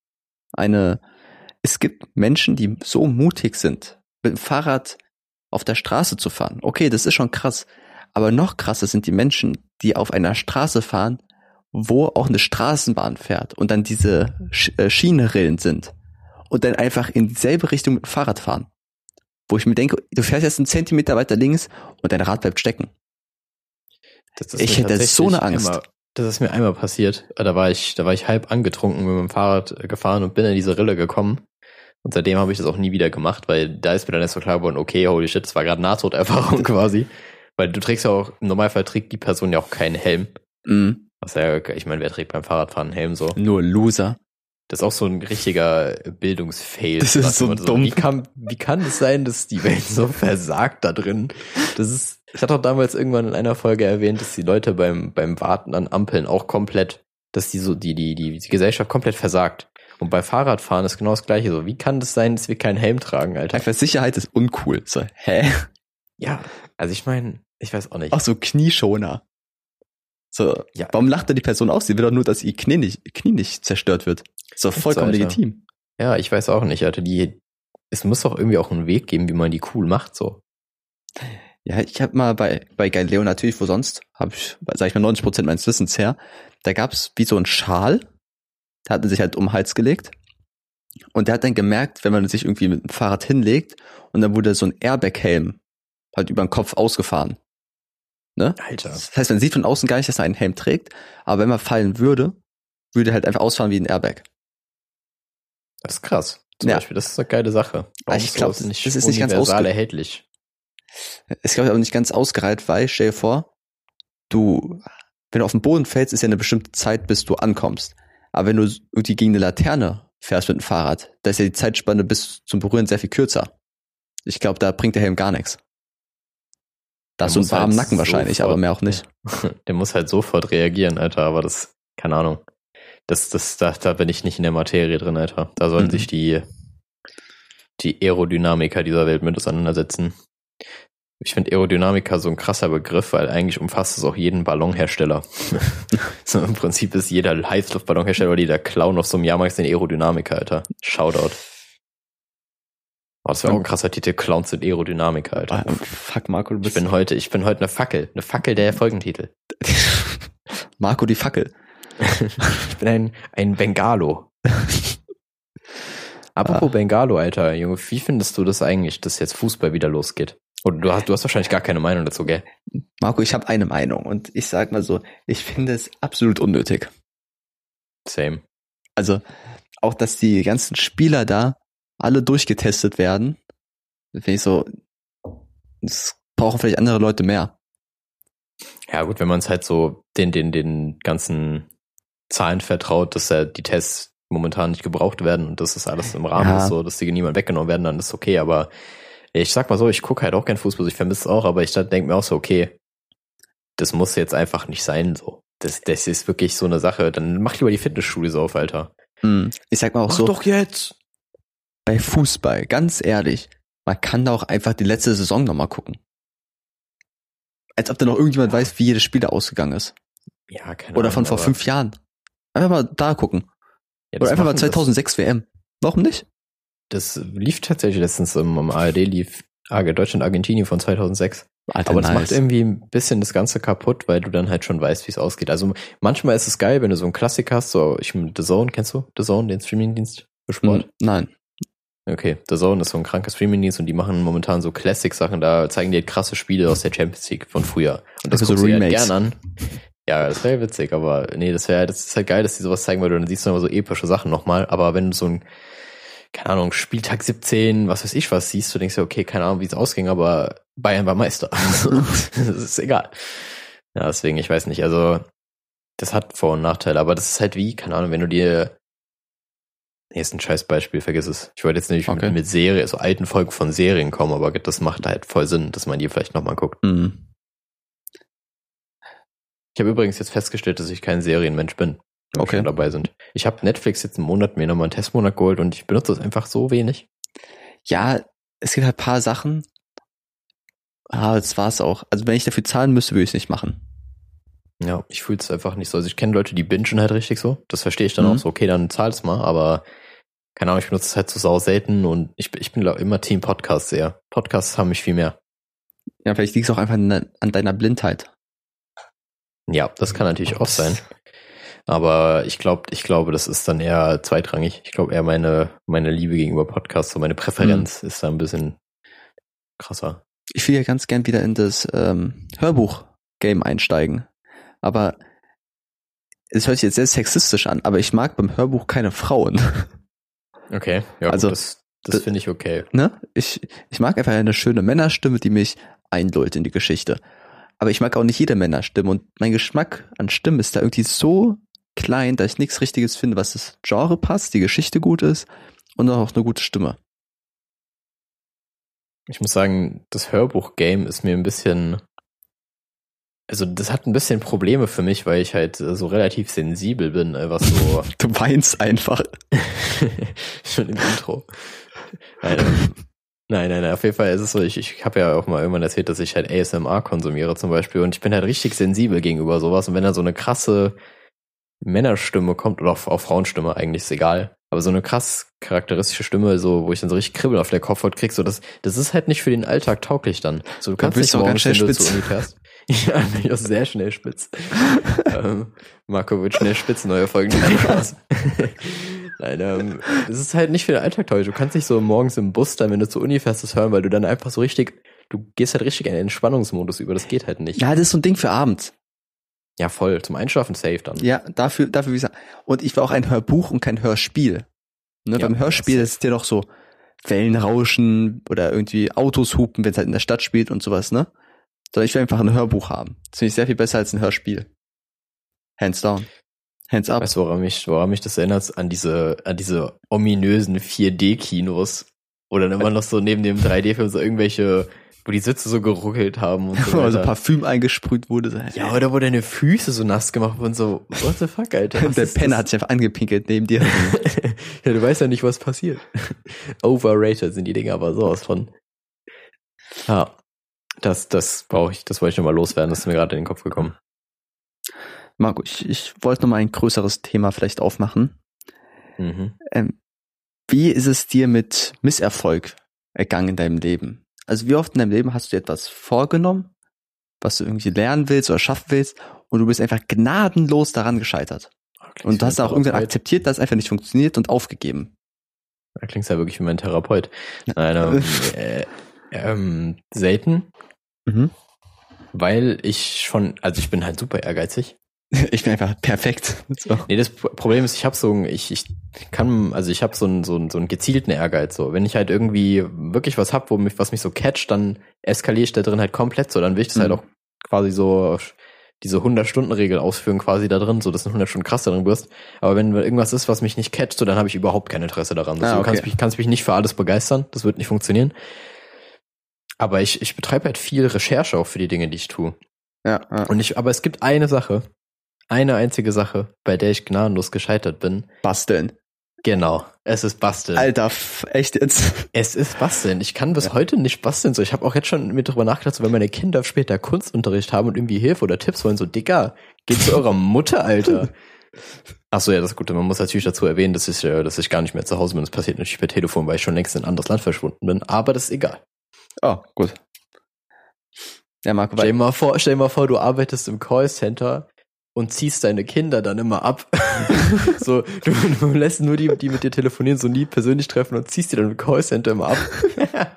eine, es gibt Menschen, die so mutig sind, mit dem Fahrrad auf der Straße zu fahren. Okay, das ist schon krass. Aber noch krasser sind die Menschen, die auf einer Straße fahren, wo auch eine Straßenbahn fährt und dann diese Sch- äh, Schienenrillen sind und dann einfach in dieselbe Richtung mit dem Fahrrad fahren. Wo ich mir denke, du fährst jetzt einen Zentimeter weiter links und dein Rad bleibt stecken. Das ist Ich mir hätte so eine Angst. Einmal, das ist mir einmal passiert. Da war ich, da war ich halb angetrunken mit dem Fahrrad gefahren und bin in diese Rille gekommen. Und seitdem habe ich das auch nie wieder gemacht, weil da ist mir dann erst so klar geworden, okay, holy shit, das war gerade Nahtoderfahrung quasi. Weil du trägst ja auch, im Normalfall trägt die Person ja auch keinen Helm. Mhm. Was ja, ich meine, wer trägt beim Fahrradfahren einen Helm so? Nur Loser. Das ist auch so ein richtiger Bildungsfail. Das ist so dumm. Wie kann, wie kann es sein, dass die Welt so versagt da drin? Das ist, ich hatte auch damals irgendwann in einer Folge erwähnt, dass die Leute beim, beim Warten an Ampeln auch komplett, dass die so, die, die, die, die Gesellschaft komplett versagt. Und bei Fahrradfahren ist genau das Gleiche so. Wie kann das sein, dass wir keinen Helm tragen, Alter? Einfach Sicherheit ist uncool. So, hä? Ja, also ich meine, ich weiß auch nicht. Ach so, Knieschoner. So, Ja. warum lacht da die Person aus? Sie will doch nur, dass ihr Knie nicht, Knie nicht zerstört wird. So, vollkommen so, Alter. legitim. Ja, ich weiß auch nicht, Alter. Die, es muss doch irgendwie auch einen Weg geben, wie man die cool macht, so. Ja, ich habe mal bei bei Galileo natürlich, wo sonst, habe ich, sag ich mal, neunzig Prozent meines Wissens her, da gab's wie so einen Schal, der hat man sich halt um den Hals gelegt und der hat dann gemerkt, wenn man sich irgendwie mit dem Fahrrad hinlegt und dann wurde so ein Airbag-Helm halt über den Kopf ausgefahren. Ne? Alter. Das heißt, man sieht von außen gar nicht, dass er einen Helm trägt, aber wenn man fallen würde, würde er halt einfach ausfahren wie ein Airbag. Das ist krass. Zum Ja. Beispiel, das ist eine geile Sache. Warum Ich ist glaub, sowas nicht das ist nicht ganz universal ausge- erhältlich. Ist, glaube ich, aber nicht ganz ausgereift, weil, stell dir vor, du, wenn du auf den Boden fällst, ist ja eine bestimmte Zeit, bis du ankommst. Aber wenn du irgendwie gegen eine Laterne fährst mit dem Fahrrad, da ist ja die Zeitspanne bis zum Berühren sehr viel kürzer. Ich glaube, da bringt der Helm gar nichts. Da hast du einen muss halt warmen Nacken wahrscheinlich, sofort- aber mehr auch nicht. Der muss halt sofort reagieren, Alter, aber das, keine Ahnung. Das, das, da, da bin ich nicht in der Materie drin, Alter. Da sollen Mhm. sich die, die Aerodynamiker dieser Welt mit auseinandersetzen. Ich finde Aerodynamiker so ein krasser Begriff, weil eigentlich umfasst es auch jeden Ballonhersteller. So im Prinzip ist jeder Heißluftballonhersteller oder jeder Clown auf so einem Jahrmarkt ein Aerodynamiker, Alter. Shoutout. Oh, das wäre auch ein krasser Titel. Clowns sind Aerodynamiker, Alter. Ah, fuck, Marco, du Ich bist bin heute, ich bin heute eine Fackel. Eine Fackel der Folgentitel. Marco die Fackel. Ich bin ein, ein Bengalo. Apropos Ah. Bengalo, Alter, Junge, wie findest du das eigentlich, dass jetzt Fußball wieder losgeht? Oder du hast, du hast wahrscheinlich gar keine Meinung dazu, gell? Marco, ich habe eine Meinung und ich sag mal so, ich finde es absolut unnötig. Same. Also auch, dass die ganzen Spieler da alle durchgetestet werden, finde ich so, das brauchen vielleicht andere Leute mehr. Ja gut, wenn man es halt so den, den, den ganzen Zahlen vertraut, dass ja die Tests momentan nicht gebraucht werden und dass das alles im Rahmen Ja. ist, so, dass die niemand weggenommen werden, dann ist okay, aber ich sag mal so, ich gucke halt auch gern Fußball, ich vermisse es auch, aber ich denke mir auch so, okay, das muss jetzt einfach nicht sein, so. Das, das ist wirklich so eine Sache, dann mach lieber die Fitnessstudios auf, Alter. Hm. Ich sag mal auch so, doch jetzt! bei Fußball, ganz ehrlich, man kann da auch einfach die letzte Saison nochmal gucken. Als ob da noch irgendjemand weiß, wie jedes Spiel da ausgegangen ist. Ja, keine Oder Ahnung, von vor aber- fünf Jahren. Einfach mal da gucken. Ja, das Oder einfach mal machen- zweitausendsechs W M. Warum nicht? Das, das lief tatsächlich letztens im, im A R D, lief Arge- Deutschland-Argentinien von zweitausendsechs. Alter, Aber das nice. macht irgendwie ein bisschen das Ganze kaputt, weil du dann halt schon weißt, wie es ausgeht. Also manchmal ist es geil, wenn du so einen Klassiker hast, so ich The Zone, kennst du? The Zone, den Streamingdienst für Sport? Hm, nein. Okay, The Zone ist so ein kranker Streamingdienst und die machen momentan so Classic-Sachen, da zeigen die halt krasse Spiele aus der Champions League von früher. Und das Also guckst du dir halt Remakes. gern an. Ja, das wäre witzig, aber nee, das wäre, das ist halt geil, dass die sowas zeigen, weil du dann siehst du immer so epische Sachen nochmal, aber wenn du so ein, keine Ahnung, Spieltag siebzehn, was weiß ich was siehst, du denkst ja, okay, keine Ahnung, wie es ausging, aber Bayern war Meister. Das ist egal. Ja, deswegen, ich weiß nicht, also das hat Vor- und Nachteile, aber das ist halt wie, keine Ahnung, wenn du dir, nee, ist ein scheiß Beispiel, vergiss es. Ich wollte jetzt nicht Okay. mit, mit Serie, so alten Folgen von Serien kommen, aber das macht halt voll Sinn, dass man die vielleicht nochmal guckt. Hm. Ich habe übrigens jetzt festgestellt, dass ich kein Serienmensch bin, wenn Okay. wir schon dabei sind. Ich habe Netflix jetzt einen Monat mir nochmal einen Testmonat geholt und ich benutze das einfach so wenig. Ja, es gibt halt ein paar Sachen. Ah, das war's auch. Also wenn ich dafür zahlen müsste, würde ich es nicht machen. Ja, ich fühle es einfach nicht so. Also ich kenne Leute, die bingen halt richtig so. Das verstehe ich dann Mhm. auch so. Okay, dann zahl's mal, aber keine Ahnung, ich benutze es halt so sau selten und ich, ich bin glaub, immer Team Podcasts eher. Podcasts haben mich viel mehr. Ja, vielleicht liegt es auch einfach an, an deiner Blindheit. Ja, das kann natürlich auch sein. Aber ich glaube, ich glaube, das ist dann eher zweitrangig. Ich glaube eher meine, meine Liebe gegenüber Podcasts, so meine Präferenz mhm. ist da ein bisschen krasser. Ich will ja ganz gern wieder in das ähm, Hörbuch-Game einsteigen. Aber es hört sich jetzt sehr sexistisch an, aber ich mag beim Hörbuch keine Frauen. Okay, ja, also gut, das, das finde ich okay. Ne? Ich, ich mag einfach eine schöne Männerstimme, die mich einlullt in die Geschichte. Aber ich mag auch nicht jede Männerstimme und mein Geschmack an Stimmen ist da irgendwie so klein, dass ich nichts Richtiges finde, was das Genre passt, die Geschichte gut ist und auch eine gute Stimme. Ich muss sagen, das Hörbuch-Game ist mir ein bisschen, also das hat ein bisschen Probleme für mich, weil ich halt so relativ sensibel bin, was so... Du weinst einfach. Schon im Intro. Nein, nein, nein, nein, auf jeden Fall ist es so, ich, ich habe ja auch mal irgendwann erzählt, dass ich halt A S M R konsumiere zum Beispiel und ich bin halt richtig sensibel gegenüber sowas und wenn da so eine krasse Männerstimme kommt oder auch, auch Frauenstimme, eigentlich ist egal, aber so eine krass charakteristische Stimme, so wo ich dann so richtig Kribbel auf der Kopfhaut krieg, so das, das ist halt nicht für den Alltag tauglich dann. So, du kannst nicht morgens, wenn du zur Uni fährst. Ja, bin ich auch sehr schnell spitz. ähm, Marco wird schnell spitz, neue Folgen. Nein, ähm, das ist halt nicht für den Alltag tauglich. Du kannst nicht so morgens im Bus dann, wenn du zur Uni fährst, das hören, weil du dann einfach so richtig, du gehst halt richtig in den Entspannungsmodus über, das geht halt nicht. Ja, das ist so ein Ding für abends. Ja, voll. Zum Einschlafen safe dann. Ja, dafür, dafür wie gesagt. Und ich war auch ein Hörbuch und kein Hörspiel. Ne, ja, beim Hörspiel ist es ja doch so Wellenrauschen oder irgendwie Autos hupen, wenn es halt in der Stadt spielt und sowas, ne? Sondern ich will einfach ein Hörbuch haben. Das finde ich sehr viel besser als ein Hörspiel. Hands down. Hands up. Weißt du, woran mich, woran mich das erinnert? An diese, an diese ominösen vier D Kinos. Oder dann immer noch so neben dem drei D Film so irgendwelche, wo die Sitze so geruckelt haben und so. Also Parfüm eingesprüht wurde. Ja, oder wo deine Füße so nass gemacht wurden, so, what the fuck, Alter? Der Penner hat sich einfach angepinkelt neben dir. Ja, du weißt ja nicht, was passiert. Overrated sind die Dinger aber sowas von. Ja, das, das brauche ich, das wollte ich nochmal loswerden, das ist mir gerade in den Kopf gekommen. Marco, ich, ich wollte nochmal ein größeres Thema vielleicht aufmachen. Mhm. Ähm, wie ist es dir mit Misserfolg ergangen in deinem Leben? Also wie oft in deinem Leben hast du dir etwas vorgenommen, was du irgendwie lernen willst oder schaffen willst und du bist einfach gnadenlos daran gescheitert? Okay, und du hast auch irgendwann akzeptiert, dass es einfach nicht funktioniert und aufgegeben. Da klingt's ja wirklich wie mein Therapeut. Nein, ähm, äh, ähm, selten. Mhm. Weil ich schon, also ich bin halt super ehrgeizig. Ich bin einfach perfekt. So. Nee, das Problem ist, ich habe so, ich, ich kann, also ich habe so einen so einen so einen gezielten Ehrgeiz. So, wenn ich halt irgendwie wirklich was hab, wo mich, was mich so catcht, dann eskaliere ich da drin halt komplett. So, dann will ich das mhm. halt auch quasi so diese hundert-Stunden-Regel ausführen, quasi da drin, so dass du hundert Stunden krass da drin wirst. Aber wenn irgendwas ist, was mich nicht catcht, so dann habe ich überhaupt kein Interesse daran. Also, ah, okay. Du kannst mich, kannst mich nicht für alles begeistern. Das wird nicht funktionieren. Aber ich, ich betreibe halt viel Recherche auch für die Dinge, die ich tue. Ja, ja. Und ich, aber es gibt eine Sache, eine einzige Sache, bei der ich gnadenlos gescheitert bin. Basteln. Genau, es ist Basteln. Alter, echt jetzt? Es ist Basteln. Ich kann bis ja. heute nicht basteln. So, ich habe auch jetzt schon mit drüber nachgedacht, so, wenn meine Kinder später Kunstunterricht haben und irgendwie Hilfe oder Tipps wollen, so, Digga, geht zu eurer Mutter, Alter. Ach so, ja, das ist gut. Man muss natürlich dazu erwähnen, dass ich, dass ich gar nicht mehr zu Hause bin. Das passiert natürlich per Telefon, weil ich schon längst in ein anderes Land verschwunden bin. Aber das ist egal. Oh, gut. Ja, Marco, stell dir mal vor, stell dir mal vor, du arbeitest im Callcenter und ziehst deine Kinder dann immer ab. So, du, du lässt nur die, die mit dir telefonieren, so nie persönlich treffen und ziehst die dann im Callcenter immer ab.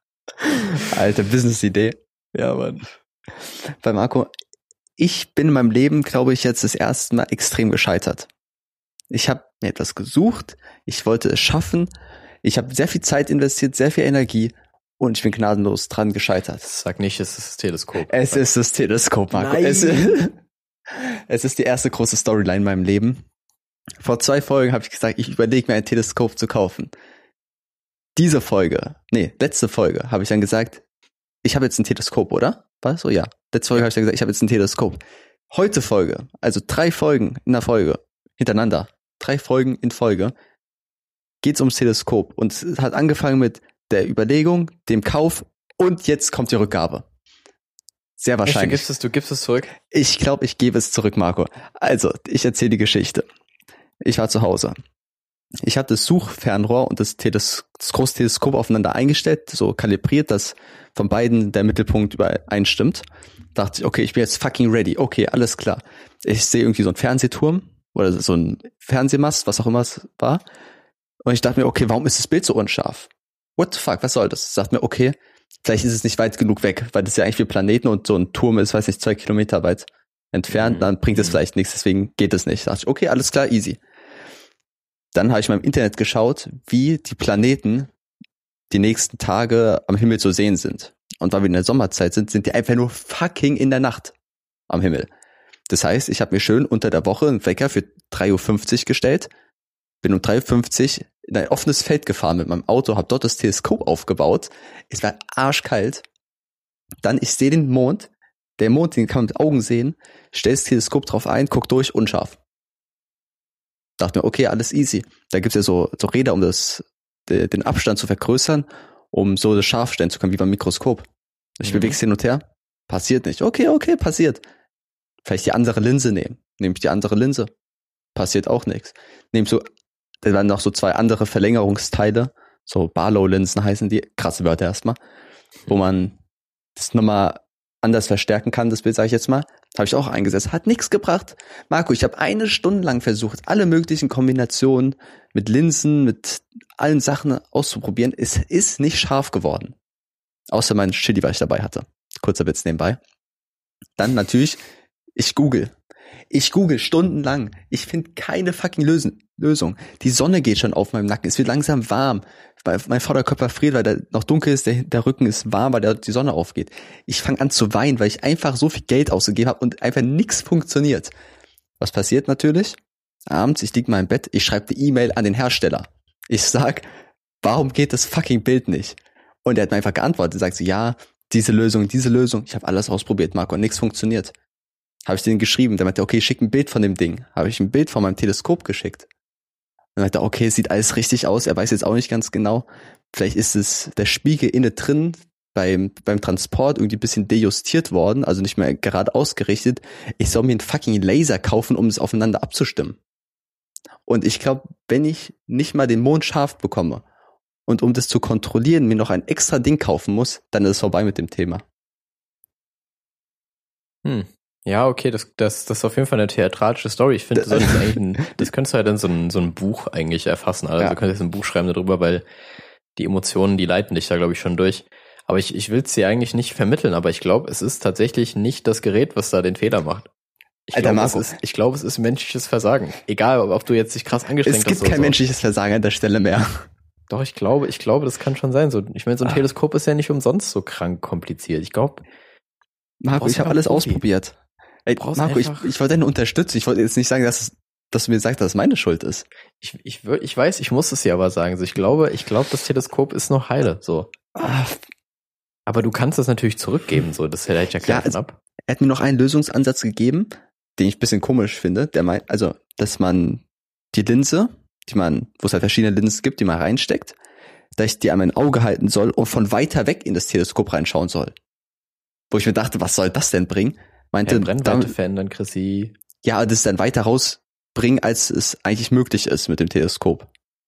Alte Business-Idee. Ja, Mann. Bei Marco, ich bin in meinem Leben, glaube ich, jetzt das erste Mal extrem gescheitert. Ich habe mir etwas gesucht, ich wollte es schaffen, ich habe sehr viel Zeit investiert, sehr viel Energie und ich bin gnadenlos dran gescheitert. Sag nicht, es ist das Teleskop. Es ist das Teleskop, Marco. Nein. Es ist, es ist die erste große Storyline in meinem Leben. Vor zwei Folgen habe ich gesagt, ich überlege mir ein Teleskop zu kaufen. Diese Folge, nee, letzte Folge habe ich dann gesagt, ich habe jetzt ein Teleskop, oder? War das so? Ja. Letzte Folge habe ich dann gesagt, ich habe jetzt ein Teleskop. Heute Folge, also drei Folgen in der Folge, hintereinander, drei Folgen in Folge, geht's ums Teleskop. Und es hat angefangen mit der Überlegung, dem Kauf und jetzt kommt die Rückgabe. Sehr wahrscheinlich. Echt, du gibst es, du gibst es zurück? Ich glaube, ich gebe es zurück, Marco. Also, ich erzähle die Geschichte. Ich war zu Hause. ich habe das Suchfernrohr und das, Teles- das große Teleskop aufeinander eingestellt, so kalibriert, dass von beiden der Mittelpunkt übereinstimmt. Dachte ich, okay, ich bin jetzt fucking ready. Okay, alles klar. Ich sehe irgendwie so einen Fernsehturm oder so ein Fernsehmast, was auch immer es war. Und ich dachte mir, okay, warum ist das Bild so unscharf? What the fuck, was soll das? Ich dachte mir, okay, vielleicht ist es nicht weit genug weg, weil das ja eigentlich wie Planeten und so ein Turm ist, weiß nicht, zwei Kilometer weit entfernt, Mhm. dann bringt es Mhm. vielleicht nichts, deswegen geht es nicht. Da dachte ich, okay, alles klar, easy. Dann habe ich mal im Internet geschaut, wie die Planeten die nächsten Tage am Himmel zu sehen sind. Und weil wir in der Sommerzeit sind, sind die einfach nur fucking in der Nacht am Himmel. Das heißt, ich habe mir schön unter der Woche einen Wecker für drei Uhr fünfzig gestellt, bin um drei Uhr fünfzig in ein offenes Feld gefahren mit meinem Auto, habe dort das Teleskop aufgebaut. Es war arschkalt. Dann, ich sehe den Mond. Der Mond, den kann man mit Augen sehen. Stell das Teleskop drauf ein, guck durch, unscharf. Dachte mir, okay, alles easy. Da gibt's ja so, so Räder, um das, de, den Abstand zu vergrößern, um so das scharf stellen zu können, wie beim Mikroskop. Ich Mhm. bewege es hin und her. Passiert nicht. Okay, okay, passiert. Vielleicht die andere Linse nehmen. Nehme ich die andere Linse. Passiert auch nichts. Nehme so, da waren noch so zwei andere Verlängerungsteile. So Barlow-Linsen heißen die. Krasse Wörter erstmal. Wo man das nochmal anders verstärken kann, das Bild, sage ich jetzt mal. Habe ich auch eingesetzt. Hat nichts gebracht. Marco, ich habe eine Stunde lang versucht, alle möglichen Kombinationen mit Linsen, mit allen Sachen auszuprobieren. Es ist nicht scharf geworden. Außer mein Chili, was ich dabei hatte. Kurzer Witz nebenbei. Dann natürlich, ich google. Ich google stundenlang. Ich finde keine fucking Lösen, Lösung. Die Sonne geht schon auf meinem Nacken. Es wird langsam warm. Mein Vorderkörper friert, weil der noch dunkel ist. Der, der Rücken ist warm, weil der, die Sonne aufgeht. Ich fange an zu weinen, weil ich einfach so viel Geld ausgegeben habe und einfach nichts funktioniert. Was passiert natürlich? Abends, ich lieg mal im Bett, ich schreibe eine E-Mail an den Hersteller. Ich sag, warum geht das fucking Bild nicht? Und er hat mir einfach geantwortet. Er sagt so, ja, diese Lösung, diese Lösung. Ich habe alles ausprobiert, Marco, und nichts funktioniert. Habe ich denen geschrieben. Der meinte, okay, schick ein Bild von dem Ding. Habe ich ein Bild von meinem Teleskop geschickt. Dann meinte er, okay, es sieht alles richtig aus. Er weiß jetzt auch nicht ganz genau. Vielleicht ist es der Spiegel innen drin beim beim Transport irgendwie ein bisschen dejustiert worden, also nicht mehr gerade ausgerichtet. Ich soll mir einen fucking Laser kaufen, um es aufeinander abzustimmen. Und ich glaube, wenn ich nicht mal den Mond scharf bekomme und um das zu kontrollieren, mir noch ein extra Ding kaufen muss, dann ist es vorbei mit dem Thema. Hm. Ja, okay, das, das, das ist auf jeden Fall eine theatralische Story. Ich finde, das, das, eigentlich ein, das könntest du halt in so ein, so ein Buch eigentlich erfassen. Also ja. Du könntest ein Buch schreiben darüber, weil die Emotionen, die leiten dich da, glaube ich, schon durch. Aber ich, ich will es dir eigentlich nicht vermitteln, aber ich glaube, es ist tatsächlich nicht das Gerät, was da den Fehler macht. Ich glaube, es ist, ich glaube, es ist menschliches Versagen. Egal, ob du jetzt dich krass angestrengt hast. Es gibt kein so. menschliches Versagen an der Stelle mehr. Doch, ich glaube, ich glaube, das kann schon sein. So, ich meine, so ein ah. Teleskop ist ja nicht umsonst so krank kompliziert. Ich glaube, Marco, ich habe alles Profi. ausprobiert. Ey, Marco, ich, ich wollte deine unterstützen. Ich wollte jetzt nicht sagen, dass, dass du mir sagst, dass es meine Schuld ist. Ich, ich, ich weiß, ich muss es dir aber sagen. So, ich glaube, ich glaube, das Teleskop ist noch heile. So. Ah. Aber du kannst das natürlich zurückgeben. So, das hält ja keinen ja, also, ab. Er hat mir noch einen Lösungsansatz gegeben, den ich ein bisschen komisch finde. Der meint, also, dass man die Linse, die man, wo es halt verschiedene Linsen gibt, die man reinsteckt, dass ich die an mein Auge halten soll und von weiter weg in das Teleskop reinschauen soll. Wo ich mir dachte, was soll das denn bringen? Meinte, ja, Brennweite verändern, Chrissy. Ja, das dann weiter rausbringen, als es eigentlich möglich ist mit dem Teleskop.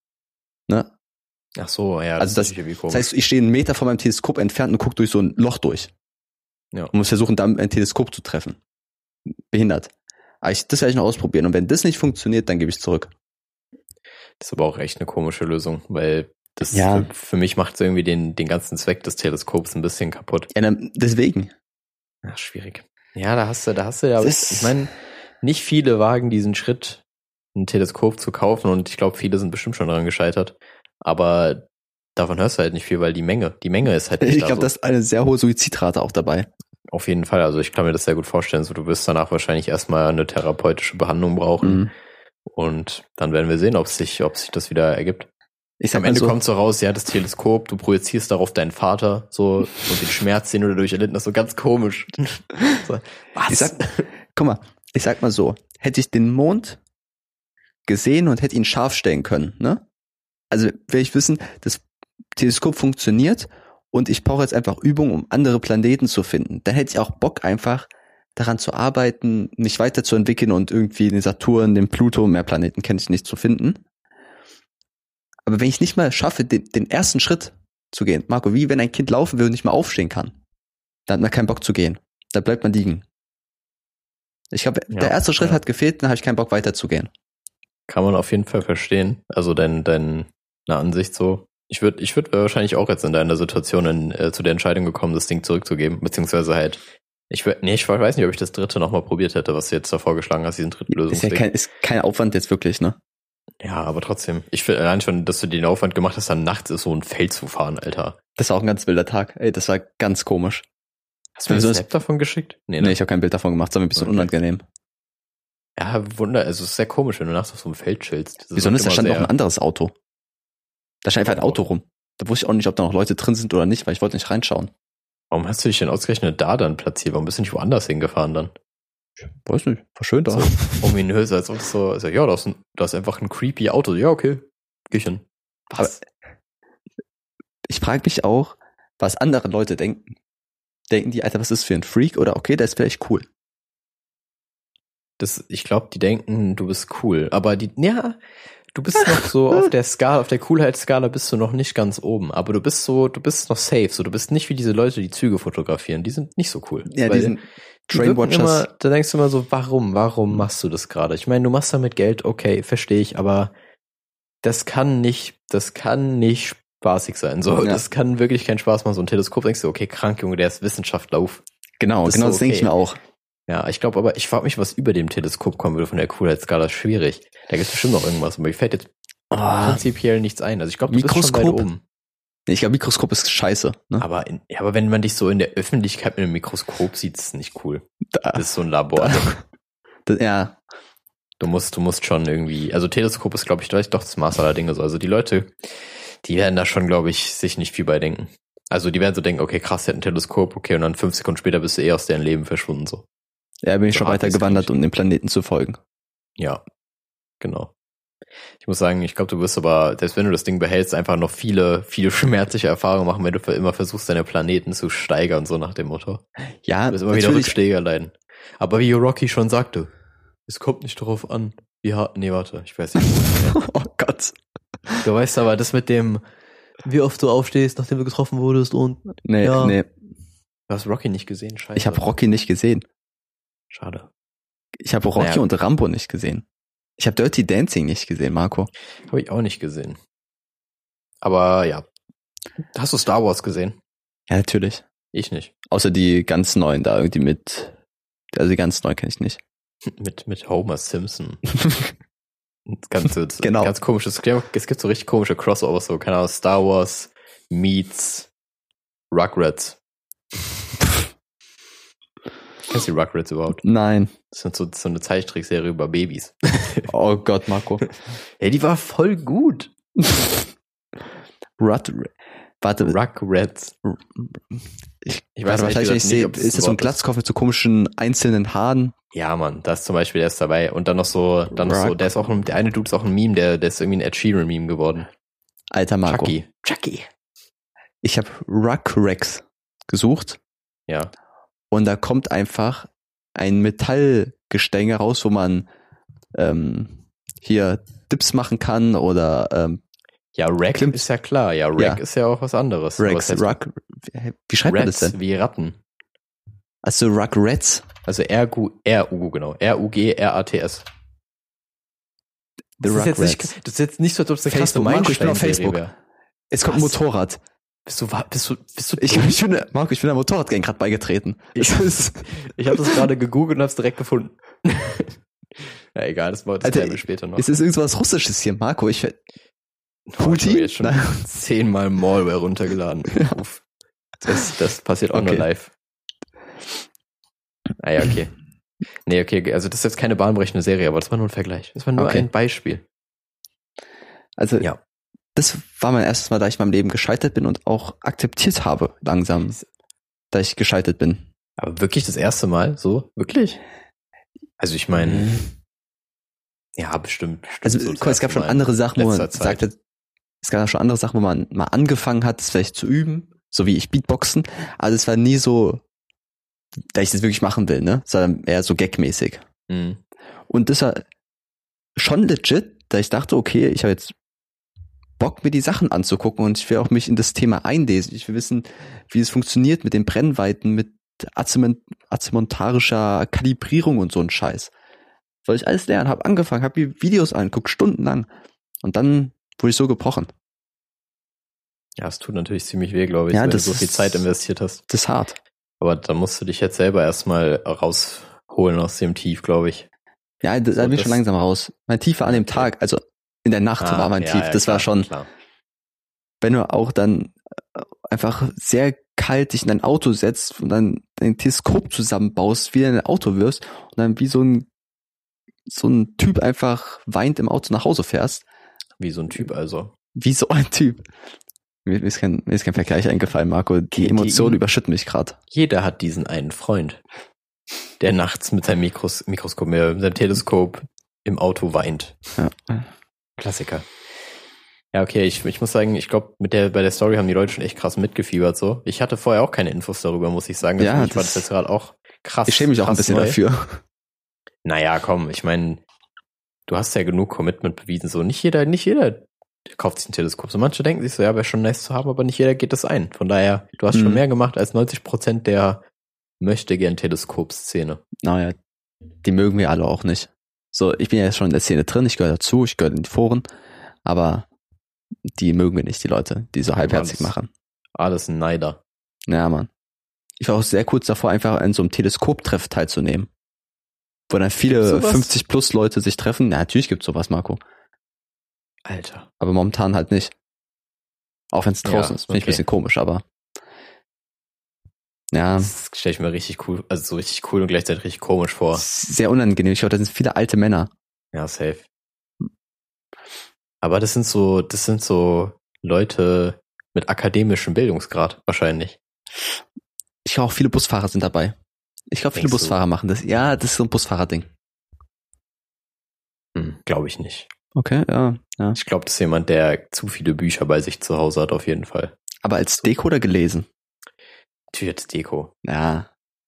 Ne? Ach so, ja. Also das, das, das heißt, ich stehe einen Meter von meinem Teleskop entfernt und gucke durch so ein Loch durch. Ja. Und muss versuchen, dann ein Teleskop zu treffen. Behindert. Aber ich, das werde ich noch ausprobieren. Und wenn das nicht funktioniert, dann gebe ich es zurück. Das ist aber auch echt eine komische Lösung, weil das ja. für, für mich macht es irgendwie den, den ganzen Zweck des Teleskops ein bisschen kaputt. Ja, dann, deswegen. Ach, schwierig. Ja, da hast du, da hast du ja, das ich meine, nicht viele wagen diesen Schritt, ein Teleskop zu kaufen und ich glaube, viele sind bestimmt schon daran gescheitert. Aber davon hörst du halt nicht viel, weil die Menge, die Menge ist halt nicht Ich da glaube, so. da ist eine sehr hohe Suizidrate auch dabei. Auf jeden Fall, also ich kann mir das sehr gut vorstellen. So, du wirst danach wahrscheinlich erstmal eine therapeutische Behandlung brauchen Mhm. und dann werden wir sehen, ob sich, ob sich das wieder ergibt. Ich sag Am Ende so, kommt so raus, ja, das Teleskop, du projizierst darauf deinen Vater, so, und den Schmerz, den du dadurch erlitten hast, so ganz komisch. So, was? Ich sag, guck mal, ich sag mal so, hätte ich den Mond gesehen und hätte ihn scharf stellen können, ne? Also, will ich wissen, das Teleskop funktioniert und ich brauche jetzt einfach Übung, um andere Planeten zu finden. Dann hätte ich auch Bock einfach daran zu arbeiten, mich weiterzuentwickeln und irgendwie den Saturn, den Pluto, mehr Planeten kenne ich nicht, zu finden. Aber wenn ich nicht mal schaffe, den, den ersten Schritt zu gehen, Marco, wie wenn ein Kind laufen will und nicht mal aufstehen kann, dann hat man keinen Bock zu gehen. Da bleibt man liegen. Ich glaube, Ja, der erste Schritt ja. hat gefehlt, dann habe ich keinen Bock weiterzugehen. Kann man auf jeden Fall verstehen. Also dein, deine Ansicht so. Ich würde ich würd wahrscheinlich auch jetzt in deiner Situation in, äh, zu der Entscheidung gekommen, das Ding zurückzugeben. Beziehungsweise halt, ich würd, nee, ich weiß nicht, ob ich das dritte nochmal probiert hätte, was du jetzt da vorgeschlagen hast, diesen dritten Ist ja Lösungsweg. kein, ist kein Aufwand jetzt wirklich, ne? Ja, aber trotzdem. Ich finde allein schon, dass du den Aufwand gemacht hast, dann nachts ist so ein Feld zu fahren, Alter. Das war auch ein ganz wilder Tag. Ey, das war ganz komisch. Hast du mir Wieso einen ist- Snap davon geschickt? Nee, ich habe kein Bild davon gemacht, sondern ein bisschen Okay. unangenehm. Ja, Wunder, also es ist sehr komisch, wenn du nachts auf so einem Feld chillst. Das Wieso halt ist da immer stand noch sehr- ein anderes Auto? Da stand einfach ein Auto rum. Da wusste ich auch nicht, ob da noch Leute drin sind oder nicht, weil ich wollte nicht reinschauen. Warum hast du dich denn ausgerechnet da dann platziert? Warum bist du nicht woanders hingefahren dann? Weiß nicht, war schön da. So ominös, als ob es so, also, ja, da ist, ein, da ist einfach ein creepy Auto. Ja, okay, geh ich hin. Was? Ich frage mich auch, was andere Leute denken. Denken die, Alter, was ist für ein Freak? Oder okay, der ist vielleicht cool. Das, ich glaube, die denken, du bist cool. Aber die, ja, du bist noch so auf der Skala, auf der Coolheitsskala bist du noch nicht ganz oben. Aber du bist so, du bist noch safe. So, du bist nicht wie diese Leute, die Züge fotografieren. Die sind nicht so cool. Ja, Weil die sind die wirken Trainwatchers. immer, da denkst du immer so, warum, warum machst du das gerade? Ich meine, du machst damit Geld, okay, verstehe ich, aber das kann nicht, das kann nicht spaßig sein. So, Ja. das kann wirklich keinen Spaß machen. So ein Teleskop denkst du, okay, krank, Junge, der ist Wissenschaftler auf. Genau, das ist genau so das denke ich okay. mir auch. Ja, ich glaube aber, ich frage mich, was über dem Teleskop kommen würde von der Coolheitsskala. Schwierig. Da gibt es bestimmt noch irgendwas, aber mir fällt jetzt Oh, prinzipiell nichts ein. Also ich glaube, du bist schon weit Mikroskop? oben. ich glaube, Mikroskop ist scheiße. Ne? Aber, in, ja, aber wenn man dich so in der Öffentlichkeit mit einem Mikroskop sieht, ist es nicht cool. Da, Das ist so ein Labor. da, ja, Du musst, du musst schon irgendwie, also Teleskop ist, glaube ich, doch das Maß aller Dinge so. Also die Leute, die werden da schon, glaube ich, sich nicht viel bei denken. Also die werden so denken, okay, krass, der hat ein Teleskop, okay, und dann fünf Sekunden später bist du eh aus deren Leben verschwunden, so. ja, bin ich So schon hart weiter ist es gewandert, nicht. um dem Planeten zu folgen. Ja, genau. Ich muss sagen, ich glaube, du wirst aber, selbst wenn du das Ding behältst, einfach noch viele, viele schmerzliche Erfahrungen machen, wenn du für immer versuchst, deine Planeten zu steigern, so nach dem Motto. Ja, Du wirst immer wieder natürlich. Rückschläge erleiden. Aber wie Rocky schon sagte, es kommt nicht darauf an, wie hart, nee, warte, ich weiß nicht. Oh Gott. Du weißt aber, das mit dem, wie oft du aufstehst, nachdem du getroffen wurdest und Nee, Ja. nee. du hast Rocky nicht gesehen, scheiße. Ich habe Rocky nicht gesehen. Schade. Ich habe Rocky Naja. und Rambo nicht gesehen. Ich habe Dirty Dancing nicht gesehen, Marco. Habe ich auch nicht gesehen. Aber ja. Hast du Star Wars gesehen? Ja, natürlich. Ich nicht. Außer die ganz neuen da irgendwie mit. Also die ganz neuen kenne ich nicht. Mit, mit Homer Simpson. Ganz, Genau. ganz komisches. Es gibt so richtig komische Crossovers, so, keine Ahnung, Star Wars meets Rugrats. Kennst du die Rugrats überhaupt? Nein. Das sind so, so eine Zeichentrickserie über Babys. Oh Gott, Marco. Ey, die war voll gut. Rut, warte, Rugrats. ich, Ich ich weiß weiß ehrlich wahrscheinlich gesagt nicht, sehe, ob das ist das so ein Wort ist. Glatzkopf mit so komischen einzelnen Haaren? Ja, Mann, da ist zum Beispiel, der ist dabei. Und dann noch so, dann noch so, Rug- der ist auch, ein, der eine Dude ist auch ein Meme, der, der ist irgendwie ein Ed Sheeran-Meme geworden. Alter Marco. Chucky. Chucky. Ich habe Rugrats gesucht Ja. und da kommt einfach ein Metallgestänge raus, wo man ähm, hier Dips machen kann oder ähm, Ja, Rack Klimt- ist ja klar. Ja, Rack Ja. ist ja auch was anderes. Aber Rex, es heißt Rug, wie schreibt man das Rats denn? wie Ratten. Also Rugrats? Also R-U-G, genau. R-U-G-R-A-T-S. The Das ist, jetzt Rugrats. nicht, das ist jetzt nicht so, als ob es eine krasse Facebook, Marco, ich bin auf Meilenstein-Serie Facebook. wäre. Es kommt ein Was? Motorrad. Bist du, wa- bist du, bist du Ich, dumm? ich bin, Marco, ich bin der Motorradgang gerade beigetreten. Ich- Das ist, Ich habe das gerade gegoogelt und hab's direkt gefunden. Ja, egal, das, das Alter, klären wir später noch. es ist irgendwas Russisches hier, Marco. Ich, Oh, ich Huti? habe jetzt schon Nein. zehnmal Malware runtergeladen. Uff. Das, das passiert auch nur Okay. live. Ah ja, okay. Nee, okay, also das ist jetzt keine bahnbrechende Serie, aber das war nur ein Vergleich. Das war nur Okay. ein Beispiel. also, Ja. das war mein erstes Mal, da ich in meinem Leben gescheitert bin und auch akzeptiert habe, langsam, da ich gescheitert bin. Aber wirklich das erste Mal? So? Wirklich? Also ich meine, ja, bestimmt. bestimmt Also, so das guck mal, es gab erste schon Mal. andere Sachen, wo man letzter Zeit. sagte, es gab schon andere Sachen, wo man mal angefangen hat, es vielleicht zu üben, so wie ich Beatboxen. Also es war nie so, dass ich das wirklich machen will, ne? Sondern eher so gagmäßig. Mhm. Und das war schon legit, da ich dachte, okay, ich habe jetzt Bock, mir die Sachen anzugucken und ich will auch mich in das Thema einlesen. Ich will wissen, wie es funktioniert mit den Brennweiten, mit azimentarischer Kalibrierung und so ein Scheiß. Soll ich alles lernen, hab angefangen, hab mir Videos angeguckt, stundenlang. Und dann wurde ich so gebrochen. Ja, es tut natürlich ziemlich weh, glaube ich, ja, wenn du das so viel ist, Zeit investiert hast. Das ist hart. Aber da musst du dich jetzt selber erstmal rausholen aus dem Tief, glaube ich. Ja, da, so, da bin ich schon langsam raus. Mein Tief war an dem Tag, also in der Nacht ah, war mein ja, Tief. Das ja, klar, war schon, klar. Wenn du auch dann einfach sehr kalt dich in dein Auto setzt und dann dein Teleskop zusammenbaust, wieder in ein Auto wirfst und dann wie so ein so ein Typ einfach weint im Auto nach Hause fährst. Wie so ein Typ also. Wie so ein Typ. Mir ist kein, mir ist kein Vergleich eingefallen, Marco. Die, die Emotionen die, überschütten mich gerade. Jeder hat diesen einen Freund, der nachts mit seinem Mikros, Mikroskop, mit seinem Teleskop im Auto weint. Ja. Klassiker. Ja, okay, ich, ich muss sagen, ich glaube, mit der, bei der Story haben die Leute schon echt krass mitgefiebert, so. Ich hatte vorher auch keine Infos darüber, muss ich sagen. Ja, ich das, war das jetzt gerade auch krass. Ich schäme mich auch ein bisschen neu. dafür. Naja, komm, ich meine, du hast ja genug Commitment bewiesen, so. Nicht jeder, nicht jeder kauft sich ein Teleskop. So manche denken sich so, ja, wäre schon nice zu haben, aber nicht jeder geht das ein. Von daher, du hast mhm. schon mehr gemacht als neunzig Prozent der möchte gern Teleskopszene. Naja, die mögen wir alle auch nicht. So, ich bin ja jetzt schon in der Szene drin, ich gehöre dazu, ich gehöre in die Foren, aber die mögen wir nicht, die Leute, die so halbherzig alles, machen. Alles ein Neider. Ja, Mann. Ich war auch sehr kurz davor, einfach an so einem Teleskoptreff teilzunehmen. Wo dann viele fünfzig plus Leute sich treffen. Ja, natürlich gibt's sowas, Marco. Alter. Aber momentan halt nicht. Auch wenn es draußen ja, ist. Finde ich ein bisschen komisch, aber ja. Das stelle ich mir richtig cool, also so richtig cool und gleichzeitig richtig komisch vor. Sehr unangenehm. Ich glaube, da sind viele alte Männer. Ja, safe. Aber das sind so, das sind so Leute mit akademischem Bildungsgrad wahrscheinlich. Ich glaube auch viele Busfahrer sind dabei. Ich glaube, viele Busfahrer du? machen das. Ja, das ist so ein Busfahrer-Ding. Hm, glaube ich nicht. Okay, ja. ja. Ich glaube, das ist jemand, der zu viele Bücher bei sich zu Hause hat, auf jeden Fall. Aber als Deko oder gelesen? Natürlich als Deko. Ja.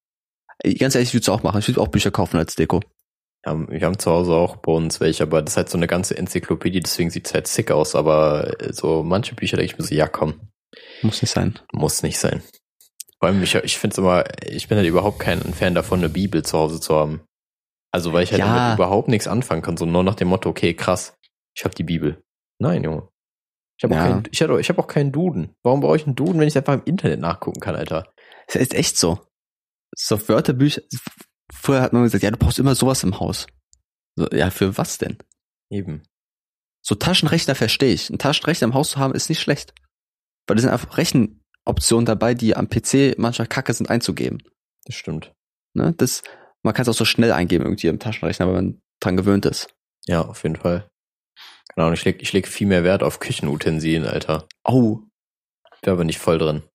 Ganz ehrlich, ich würde es auch machen. Ich würde auch Bücher kaufen als Deko. Ja, wir haben zu Hause auch bei uns welche, aber das ist halt so eine ganze Enzyklopädie, deswegen sieht es halt sick aus. Aber so manche Bücher denke ich mir so, ja komm. Muss nicht sein. Muss nicht sein. Vor allem, ich, ich finde es immer, ich bin halt überhaupt kein Fan davon, eine Bibel zu Hause zu haben. Also, weil ich halt ja. damit überhaupt nichts anfangen kann, so nur nach dem Motto, okay, krass, ich habe die Bibel. Nein, Junge. Ich habe ja. auch, kein, ich hab, ich hab auch keinen Duden. Warum brauche ich einen Duden, wenn ich einfach im Internet nachgucken kann, Alter? Das ist echt so. So Wörterbücher, früher hat man gesagt, ja, du brauchst immer sowas im Haus. So, ja, für was denn? Eben. So Taschenrechner verstehe ich. Ein Taschenrechner im Haus zu haben, ist nicht schlecht. Weil da sind einfach Rechenoptionen dabei, die am P C manchmal kacke sind einzugeben. Das stimmt. Ne, das, man kann es auch so schnell eingeben irgendwie im Taschenrechner, weil man dran gewöhnt ist. Ja, auf jeden Fall. Genau, und ich leg, ich leg viel mehr Wert auf Küchenutensilien, Alter. Oh. Wäre aber nicht voll drin.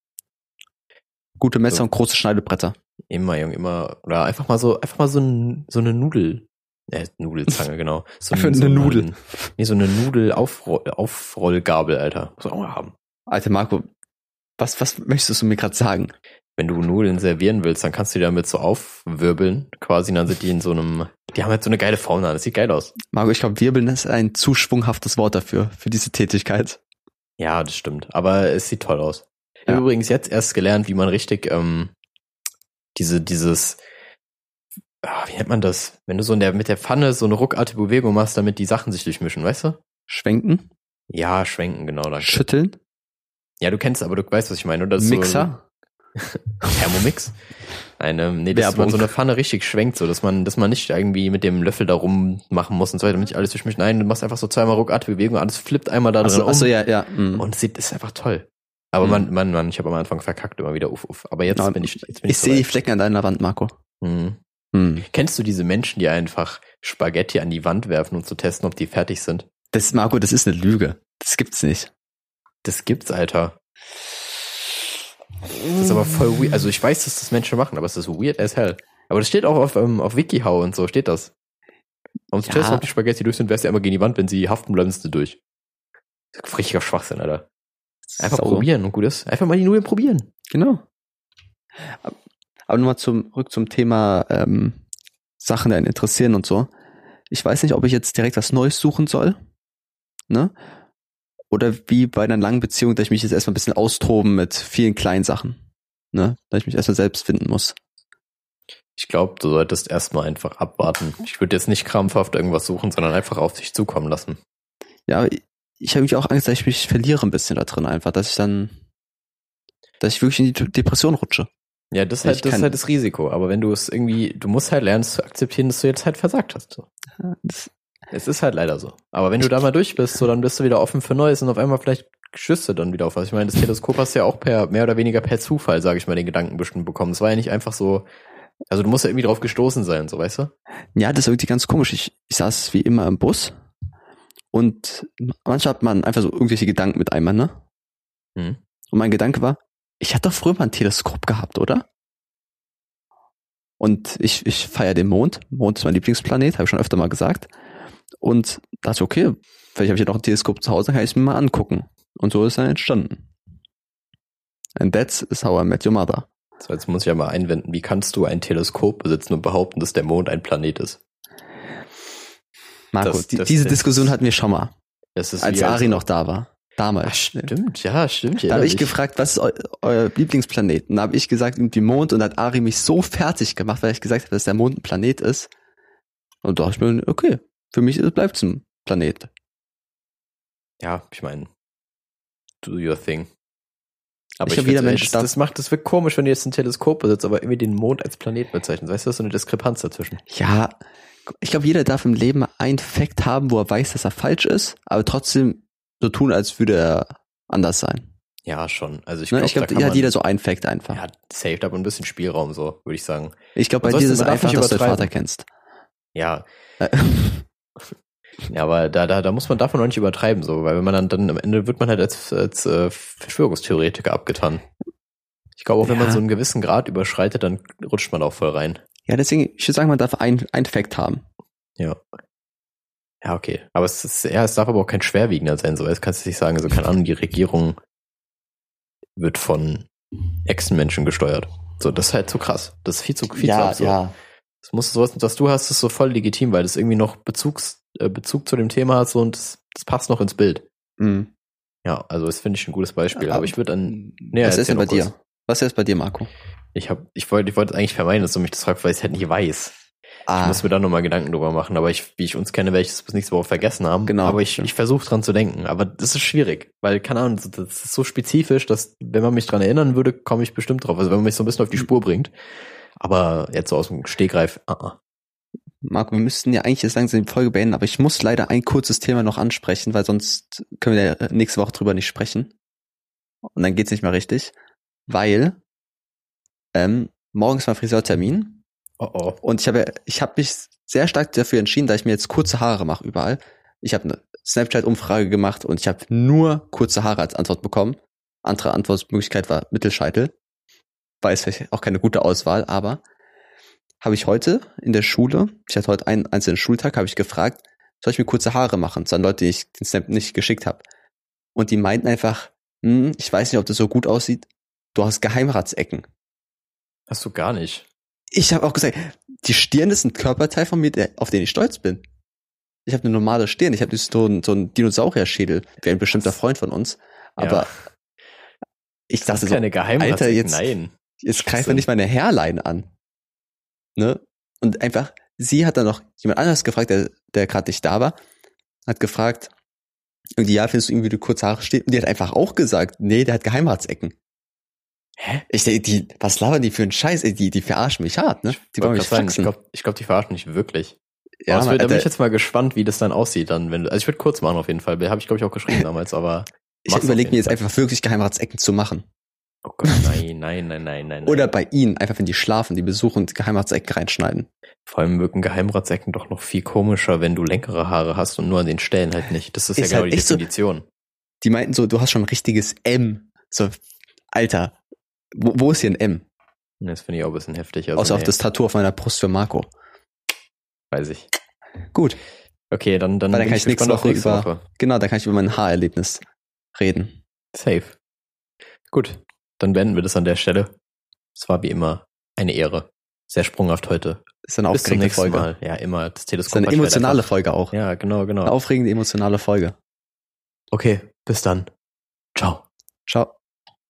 Gute Messer so. Und große Schneidebretter. Immer, Junge, immer. Oder einfach mal so, einfach mal so, ein, so eine Nudel. Äh, Nudelzange, genau. So Für ein, eine so Nudel. Ein, nee, so eine Nudel-Aufrollgabel, Aufroll Alter. Muss auch mal haben. Alter Marco, was, was möchtest du mir gerade sagen? Wenn du Nudeln servieren willst, dann kannst du die damit so aufwirbeln, quasi, und dann sind die in so einem, die haben halt so eine geile Form, das sieht geil aus. Marco, ich glaube, wirbeln ist ein zu schwunghaftes Wort dafür, für diese Tätigkeit. Ja, das stimmt, aber es sieht toll aus. Ich ja. habe übrigens jetzt erst gelernt, wie man richtig, ähm, diese, dieses, ah, wie nennt man das? Wenn du so in der, mit der Pfanne so eine ruckartige Bewegung machst, damit die Sachen sich durchmischen, weißt du? Schwenken? Ja, schwenken, genau. Danke. Schütteln? Ja, du kennst, aber du weißt, was ich meine, oder? Das Mixer? So, Thermomix? Nein, ähm, nee, dass man so eine Pfanne richtig schwenkt, so, dass man, dass man nicht irgendwie mit dem Löffel da rummachen muss und so weiter, damit nicht alles durchmischt. Nein, du machst einfach so zweimal ruckartige Bewegung, alles flippt einmal da drin achso, um. Achso, ja, ja. Mhm. Und es sieht, ist einfach toll. Aber mhm. man, man, man, ich habe am Anfang verkackt immer wieder, uff, uff. Aber jetzt ja, bin ich, jetzt bin ich Ich sehe die Flecken an deiner Wand, Marco. Mhm. Mhm. Kennst du diese Menschen, die einfach Spaghetti an die Wand werfen, um zu testen, ob die fertig sind? Das, Marco, das ist eine Lüge. Das gibt's nicht. Das gibt's, Alter. Das ist aber voll weird. Also ich weiß, dass das Menschen machen, aber es ist weird as hell. Aber das steht auch auf, ähm, auf WikiHow und so, steht das. Um zu ja. testen, ob die Spaghetti durch sind, wärst du einmal gegen die Wand, wenn sie haften, bleiben sie durch. Das ist richtiger Schwachsinn, Alter. Einfach Sau. probieren und gut ist. Einfach mal die Nudeln probieren. Genau. Aber nochmal zum, zurück zum Thema ähm, Sachen, die einen interessieren und so. Ich weiß nicht, ob ich jetzt direkt was Neues suchen soll. Ne? Oder wie bei einer langen Beziehung, dass ich mich jetzt erstmal ein bisschen austoben mit vielen kleinen Sachen. Ne? Dass ich mich erstmal selbst finden muss. Ich glaube, du solltest erstmal einfach abwarten. Ich würde jetzt nicht krampfhaft irgendwas suchen, sondern einfach auf dich zukommen lassen. Ja, ich, ich habe mich auch Angst, dass ich mich verliere ein bisschen da drin einfach, dass ich dann, dass ich wirklich in die Depression rutsche. Ja, das, halt, das ist halt das Risiko. Aber wenn du es irgendwie, du musst halt lernen, es zu akzeptieren, dass du jetzt halt versagt hast. So. Das, Es ist halt leider so. Aber wenn du da mal durch bist, so, dann bist du wieder offen für Neues und auf einmal vielleicht stößt du dann wieder auf was. Ich meine, das Teleskop hast du ja auch per, mehr oder weniger per Zufall, sage ich mal, den Gedanken bestimmt bekommen. Es war ja nicht einfach so, also du musst ja irgendwie drauf gestoßen sein, so, weißt du? Ja, das ist irgendwie ganz komisch. Ich, ich saß wie immer im Bus und manchmal hat man einfach so irgendwelche Gedanken mit einmal, ne? Hm. Und mein Gedanke war, ich hatte doch früher mal ein Teleskop gehabt, oder? Und ich, ich feiere den Mond. Mond ist mein Lieblingsplanet, habe ich schon öfter mal gesagt. Und dachte, okay, vielleicht habe ich ja noch ein Teleskop zu Hause, dann kann ich es mir mal angucken. Und so ist es dann entstanden. And that's is how I met your mother. So, jetzt muss ich ja mal einwenden, wie kannst du ein Teleskop besitzen und behaupten, dass der Mond ein Planet ist? Marco, Das- die, das- diese das- Diskussion hatten wir schon mal, Das ist als wie Ari also- noch da war. Damals. Ach, stimmt, ja, stimmt. Da habe ich erinnere mich. gefragt, was ist eu euer Lieblingsplanet? Und da habe ich gesagt, irgendwie Mond. Und da hat Ari mich so fertig gemacht, weil ich gesagt habe, dass der Mond ein Planet ist. Und da dachte ich mir, okay, für mich bleibt es ein Planet. Ja, ich meine, do your thing. Aber Ich ich, glaub, jeder finde, Mensch das, darf- das macht, das wirkt komisch, wenn du jetzt ein Teleskop besitzt, aber irgendwie den Mond als Planet bezeichnet. Weißt du, das ist so eine Diskrepanz dazwischen. Ja, ich glaube, jeder darf im Leben einen Fakt haben, wo er weiß, dass er falsch ist, aber trotzdem so tun, als würde er anders sein. Ja, schon. Also ich Ne? glaube, Ich glaube, da hier kann hat man, jeder so einen Fakt einfach. ja, saved aber ein bisschen Spielraum, so, würde ich sagen. Ich glaube, bei Man dir soll's- ist es man darf einfach, nicht dass du deinen übertreiben. Vater kennst. Ja, ja, aber da, da, da muss man davon auch nicht übertreiben, so, weil wenn man dann, dann am Ende wird man halt als, als äh, Verschwörungstheoretiker abgetan. Ich glaube, auch wenn Ja. man so einen gewissen Grad überschreitet, dann rutscht man auch voll rein. Ja, deswegen, ich würde sagen, man darf einen, einen Fakt haben. Ja. Ja, okay. Aber es ist, ja, es darf aber auch kein schwerwiegender sein, so, jetzt kannst du nicht sagen, so, keine Ahnung, die Regierung wird von Echsenmenschen gesteuert. So, das ist halt zu krass. Das ist viel zu, viel zu absurd. Das muss sowas, was du hast, ist so voll legitim, weil das irgendwie noch Bezugs, äh, Bezug zu dem Thema hat, so, und das, das passt noch ins Bild. Mhm. Ja, also das finde ich ein gutes Beispiel. Ja, aber ich würde dann, nee, Was ist erzähl denn bei noch kurz. dir? Was ist bei dir, Marco? Ich hab, ich wollte, ich wollte eigentlich vermeiden, dass du mich das fragst, weil ich es halt nicht weiß. Ich Ah, muss mir da nochmal Gedanken drüber machen, aber ich, wie ich uns kenne, werde ich das bis nächste Woche vergessen haben. Genau. Aber ich, ich versuche dran zu denken. Aber das ist schwierig, weil, keine Ahnung, das ist so spezifisch, dass, wenn man mich dran erinnern würde, komme ich bestimmt drauf. Also wenn man mich so ein bisschen auf die Spur bringt. Aber jetzt so aus dem Stegreif, uh -uh. Marco, wir müssten ja eigentlich jetzt langsam die Folge beenden, aber ich muss leider ein kurzes Thema noch ansprechen, weil sonst können wir ja nächste Woche drüber nicht sprechen. Und dann geht's nicht mehr richtig. Weil ähm, morgen ist mein Friseurtermin Oh oh. und ich habe ich habe mich sehr stark dafür entschieden, dass ich mir jetzt kurze Haare mache überall. Ich habe eine Snapchat-Umfrage gemacht und ich habe nur kurze Haare als Antwort bekommen. Andere Antwortmöglichkeit war Mittelscheitel. War jetzt vielleicht auch keine gute Auswahl, aber habe ich heute in der Schule, ich hatte heute einen einzelnen Schultag, habe ich gefragt, soll ich mir kurze Haare machen? Das waren Leute, die ich den Snap nicht geschickt habe. Und die meinten einfach, hm, ich weiß nicht, ob das so gut aussieht, du hast Geheimratsecken. Hast du gar nicht. Ich habe auch gesagt, die Stirn ist ein Körperteil von mir, der, auf den ich stolz bin. Ich habe eine normale Stirn, ich habe so einen, so einen Dinosaurier-Schädel, wie ein bestimmter Freund von uns. Aber Ja. ich Das dachte ist so, keine Geheimratsecken, Alter, jetzt- nein. jetzt greift Schwachsinn. man nicht meine Hairline an. Ne? Und einfach, sie hat dann noch jemand anderes gefragt, der, der gerade nicht da war, hat gefragt, irgendwie, ja, findest du irgendwie, wie du kurze Haare steht? Und die hat einfach auch gesagt, nee, der hat Geheimratsecken. Hä? Ich denke, die, was labern die für einen Scheiß? Ey, die, die verarschen mich hart, ne? Die wollen Wollte mich grad sagen, ich faxen. glaube, ich glaub, die verarschen nicht wirklich. Ja, aber es Mann, wird, da bin ich Alter, jetzt mal gespannt, wie das dann aussieht, dann, wenn du, also ich würde kurz machen auf jeden Fall. Habe ich, glaube ich, auch geschrieben damals, aber. ich mach's überlege auf mir jeden jetzt einfach wirklich Geheimratsecken zu machen. Oh Gott, nein, nein, nein, nein, nein. Oder nein. bei ihnen, einfach wenn die schlafen, die besuchen, die Geheimratsecken reinschneiden. Vor allem wirken Geheimratsecken doch noch viel komischer, wenn du längere Haare hast und nur an den Stellen halt nicht. Das ist, Ist ja genau halt die echt so- Definition. Die meinten so, du hast schon ein richtiges M. So, Alter, wo, wo ist hier ein M? Das finde ich auch ein bisschen heftig. Also, Außer auf nee, das Tattoo auf meiner Brust für Marco. weiß ich. Gut, Okay, dann, dann, Weil dann bin kann ich ich nächste gespannt auf Woche nächste über- Woche. genau, da kann ich über mein Haarerlebnis reden. Safe. Gut, dann beenden wir das an der Stelle. Es war wie immer eine Ehre. Sehr sprunghaft heute. Ist eine Bis zum aufgeregte nächsten Folge. Mal. Ja, immer. Das Ist Teleskop. eine hat halt emotionale einfach- Folge auch. Ja, genau, genau. Eine aufregende, emotionale Folge. Okay, bis dann. Ciao. Ciao.